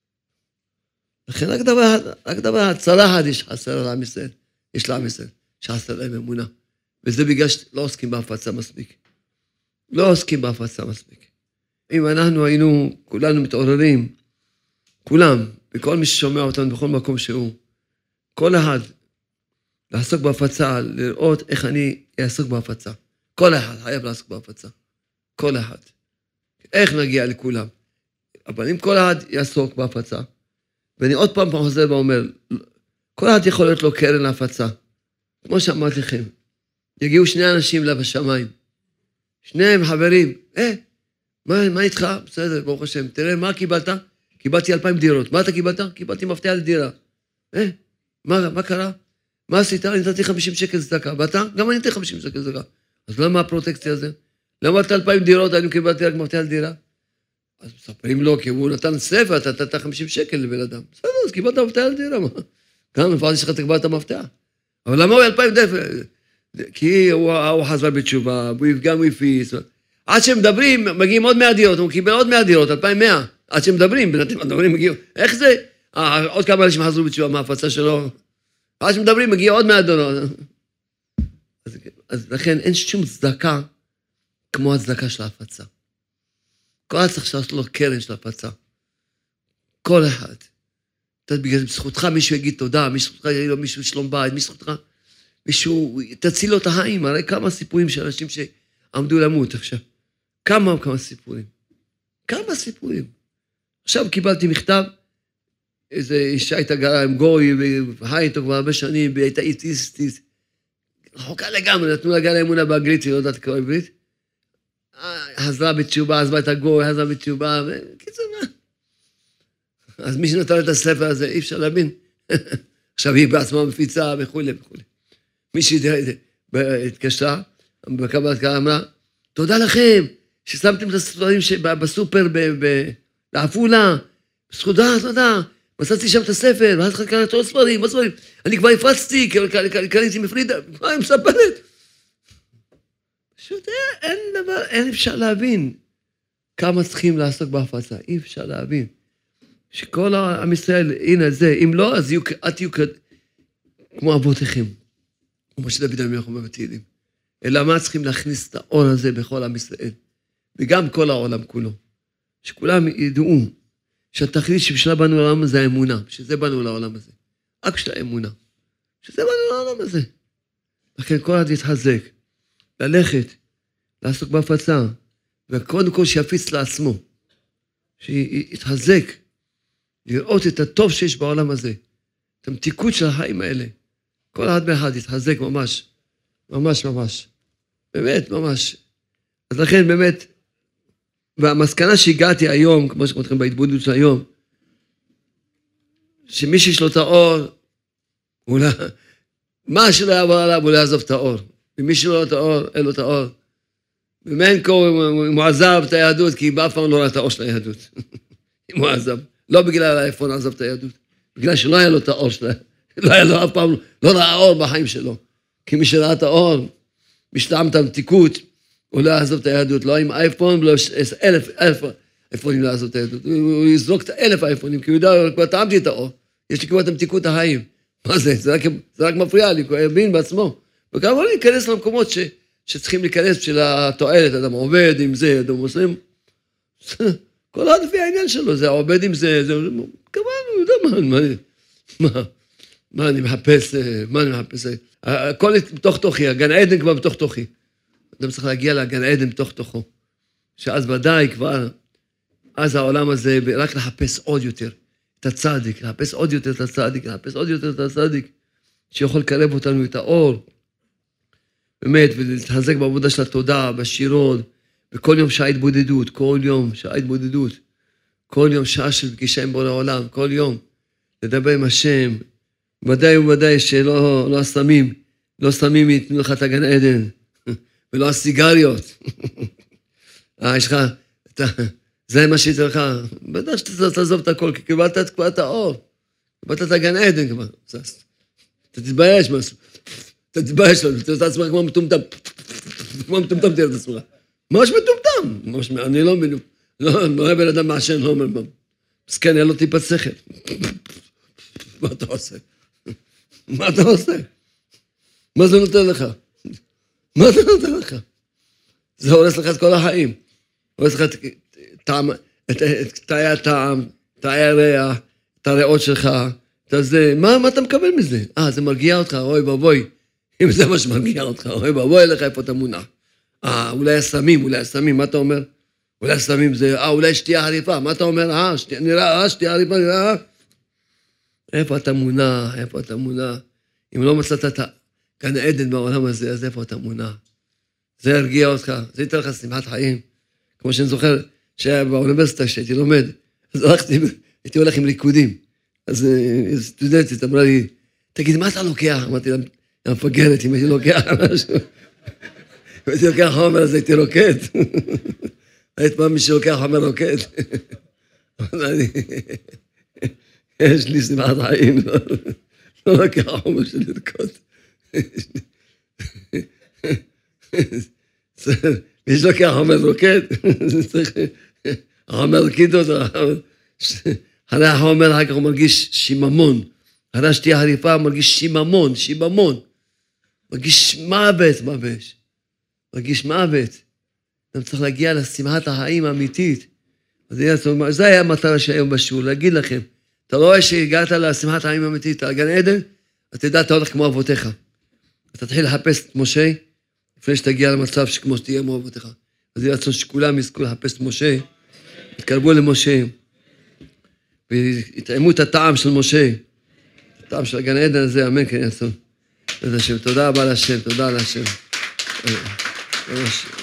לכן רק דבר, רק דבר, צרה אחת יש חסר לעם ישראל. יש לעם ישראל, שחסר להם אמונה. וזה בגלל שלא עוסקים בהפצה מספיק. לא עוסקים בהפצה מספיק. אם אנחנו היינו, כולנו מתעוררים, כולם, וכל מי ששומע אותנו בכל מקום שהוא, כל אחד, לעסוק בהפצה, לראות איך אני אעסוק בהפצה. כל אחד חייב לעסוק בהפצה. כל אחד. איך נגיע לכולם? אבל אם כל אחד יעסוק בהפצה, ואני עוד פעם חוזר ואומר, כל אחד יכול להיות לו קרן להפצה. כמו שאמרתי לכם, יגיעו שני אנשים לה בשמיים. שניהם חברים. אה, מה, מה איתך? בסדר, ברוך השם. תראה, מה קיבלת? קיבלתי אלפיים דירות. מה אתה קיבלת? קיבלתי מפתח לדירה. אה, מה, מה קרה? מה עשית? אני נתתי חמישים שקל צדקה. ואתה? גם אני נתתי חמישים שקל צדקה. אז למה הפרוטקציה הזה? למה אתה אלפיים דירות, אני קיבלתי רק מפתח לדירה? אז מספרים לו, כי הוא נתן ספר, אתה נתת חמישים שקל לבן אדם. בסדר, אז קיבלת מפתח לדירה, מה? גם מפעל שלך תקבל את המפתח. אבל למה הוא אלפיים דפר? כי הוא, הוא חזר בתשובה, הוא גם הוא הפיס. עד שהם מדברים, מגיעים עוד מאה דירות, הוא קיבל עוד מאה דירות, אלפיים ומאה. עד שהם מדברים, בינתיים מדברים, מגיעים. איך זה? אה, עוד כמה אנשים חזרו בתשובה מההפצה שלו. עד שהם מדברים, מגיע עוד מאה דירות. אז, אז לכן אין שום צדקה כמו הצדקה של ההפצה. כל אחד צריך לעשות לו קרן של ההפצה. כל אחד. בזכותך מישהו יגיד תודה, בזכותך יגיד לו מישהו שלום בית, בזכותך מישהו תציל לו את החיים. הרי כמה סיפורים של אנשים שעמדו למות עכשיו. כמה כמה סיפורים. כמה סיפורים. עכשיו קיבלתי מכתב, איזו אישה הייתה גרה עם גוי, והי איתו כבר הרבה שנים, והייתה איטיסטית. רחוקה לגמרי, נתנו לה גלה אמונה באנגלית, היא לא יודעת לקרוא עברית. חזרה בתשובה, עזבה את הגוי, חזרה בתשובה, וקיצור מה. אז מי שנתן את הספר הזה, אי אפשר להבין. עכשיו היא בעצמה מפיצה וכו' וכו'. מי שהתקשרה, בקבלת קהל אמרה, תודה לכם, ששמתם את הספרים בסופר בעפולה, תודה, תודה, מצאתי שם את הספר, ואז קראתי עוד ספרים, עוד ספרים, אני כבר הפצתי, קראתי מפרידה, מה היא מספרת? פשוט אין דבר, אין אפשר להבין כמה צריכים לעסוק בהפצה, אי אפשר להבין. שכל עם ישראל, הנה זה, אם לא, אז את תהיו כמו אבותיכם, כמו שדוד המלך אומר בתהילים. אלא מה צריכים להכניס את האור הזה בכל עם ישראל, וגם כל העולם כולו. שכולם ידעו שהתכלית שבשלה באנו לעולם הזה האמונה, שזה באנו לעולם הזה. רק של האמונה. שזה באנו לעולם הזה. לכן כל אחד יתחזק, ללכת, לעסוק בהפצה, וקודם כל שיפיץ לעצמו, שיתחזק, לראות את הטוב שיש בעולם הזה, את המתיקות של החיים האלה. כל אחד באחד יתחזק ממש, ממש ממש, באמת ממש. אז לכן באמת, והמסקנה שהגעתי היום, כמו שאומרים לכם בהתבודדות של היום, שמי שיש לו את האור, אולי, מה שלא יעבור עליו, הוא לא יעזוב את האור. ומי שלא לו את האור, אין לו את האור. ומאין כה אם הוא עזב את היהדות, כי באף פעם לא ראה את האור של היהדות. אם הוא עזב. לא בגלל האיפה הוא עזב את היהדות, בגלל שלא היה לו את האור שלה. לא היה לו אף פעם, לא ראה האור בחיים שלו. כי מי שראה את האור, משתעם את המתיקות, הוא לא יעזוב את היהדות. לא עם אייפון, ולא אלף, אלף אייפונים לא יעזוב את היהדות. הוא יזרוק את אלף אייפונים, כי הוא יודע, כבר טעמתי את האור. יש לי כבר את המתיקות החיים. מה זה? זה רק, זה רק מפריע לי, הוא הבין בעצמו. וכמובן להיכנס למקומות ש, שצריכים להיכנס בשביל התועלת, אדם עובד עם זה, אדם מוסלם. כל אחד לפי העניין שלו, זה עובד עם זה, זה, קבענו, יודע מה, מה, מה, מה אני מחפש, מה אני מחפש, הכל בתוך תוכי, הגן עדן כבר בתוך תוכי. אדם צריך להגיע לגן עדן בתוך תוכו, שאז ודאי כבר, אז העולם הזה, רק לחפש עוד יותר את הצדיק, לחפש עוד יותר את הצדיק, לחפש עוד יותר את הצדיק, שיכול לקרב אותנו את האור, באמת, ולהתחזק בעבודה של התודעה, בשירות, וכל יום שעה התבודדות, כל יום שעה התבודדות, כל יום שעה של פגישה עם בורא העולם, כל יום, לדבר עם השם, ודאי וודאי שלא לא הסמים, לא סמים ייתנו לך את הגן עדן, ולא הסיגריות. אה, יש לך, אתה, זה מה שייתן לך, ודאי שתעזוב את הכל, כי קיבלת את כבר את האור, קיבלת את הגן עדן כבר, אתה תתבייש משהו, אתה תתבייש, אתה תתבייש עצמך כמו מטומטם, כמו מטומטם תראה את עצמך. ממש מטומטם, ממש, אני לא מבין, לא, לא רואה בן אדם מעשן, לא אומר, מסכן, היה לו טיפת שכל. מה אתה עושה? מה אתה עושה? מה זה נותן לך? מה זה נותן לך? זה הורס לך את כל החיים. הורס לך את טעם, את תאי הטעם, תאי הריח, את הריאות שלך, את זה, מה, מה אתה מקבל מזה? אה, זה מרגיע אותך, אוי בבוי. אם זה מה שמרגיע אותך, אוי בבוי אליך, איפה אתה מונח? אה, אולי הסמים, אולי הסמים, מה אתה אומר? אולי הסמים זה, אה, אולי שתייה חריפה, מה אתה אומר? אה, שתייה, נראה, אה, שתייה חריפה, נראה. איפה אתה מונח? איפה אתה מונח? אם לא מצאת את גן עדן בעולם הזה, אז איפה אתה מונח? זה ירגיע אותך, זה ייתן לך שמחת חיים. כמו שאני זוכר, שהיה באוניברסיטה, שהייתי לומד, אז הלכתי, הייתי הולך עם ריקודים. אז סטודנטית אמרה לי, תגיד, מה אתה לוקח? אמרתי לה, המפגרת, אם הייתי לוקח משהו. אם הייתי לוקח חומר, אז הייתי רוקד. היית פעם מי שלוקח חומר רוקד. יש לי שמחת חיים, לא לוקח חומר של לרקוד. מי שלוקח חומר רוקד, החומר רקיד אותו, אחרי החומר, אחר כך הוא מרגיש שיממון. אחרי השתייה חריפה, הוא מרגיש שיממון, שיממון. מרגיש מוות, מוות. מרגיש מוות. אתה צריך להגיע לשמחת החיים האמיתית. זה היה המטרה שהיום בשיעור, להגיד לכם. אתה לא רואה שהגעת לשמחת החיים האמיתית, על גן עדן, אתה יודע, אתה הולך כמו אבותיך. אתה תתחיל לחפש את משה, לפני שתגיע למצב שכמו שתהיה כמו אבותיך. אז יהיה רצון שכולם יזכו לחפש את משה, יתקרבו למשה, ויתאמו את הטעם של משה, את הטעם של הגן עדן הזה, אמן כן יעשו. תודה רבה להשם, תודה להשם.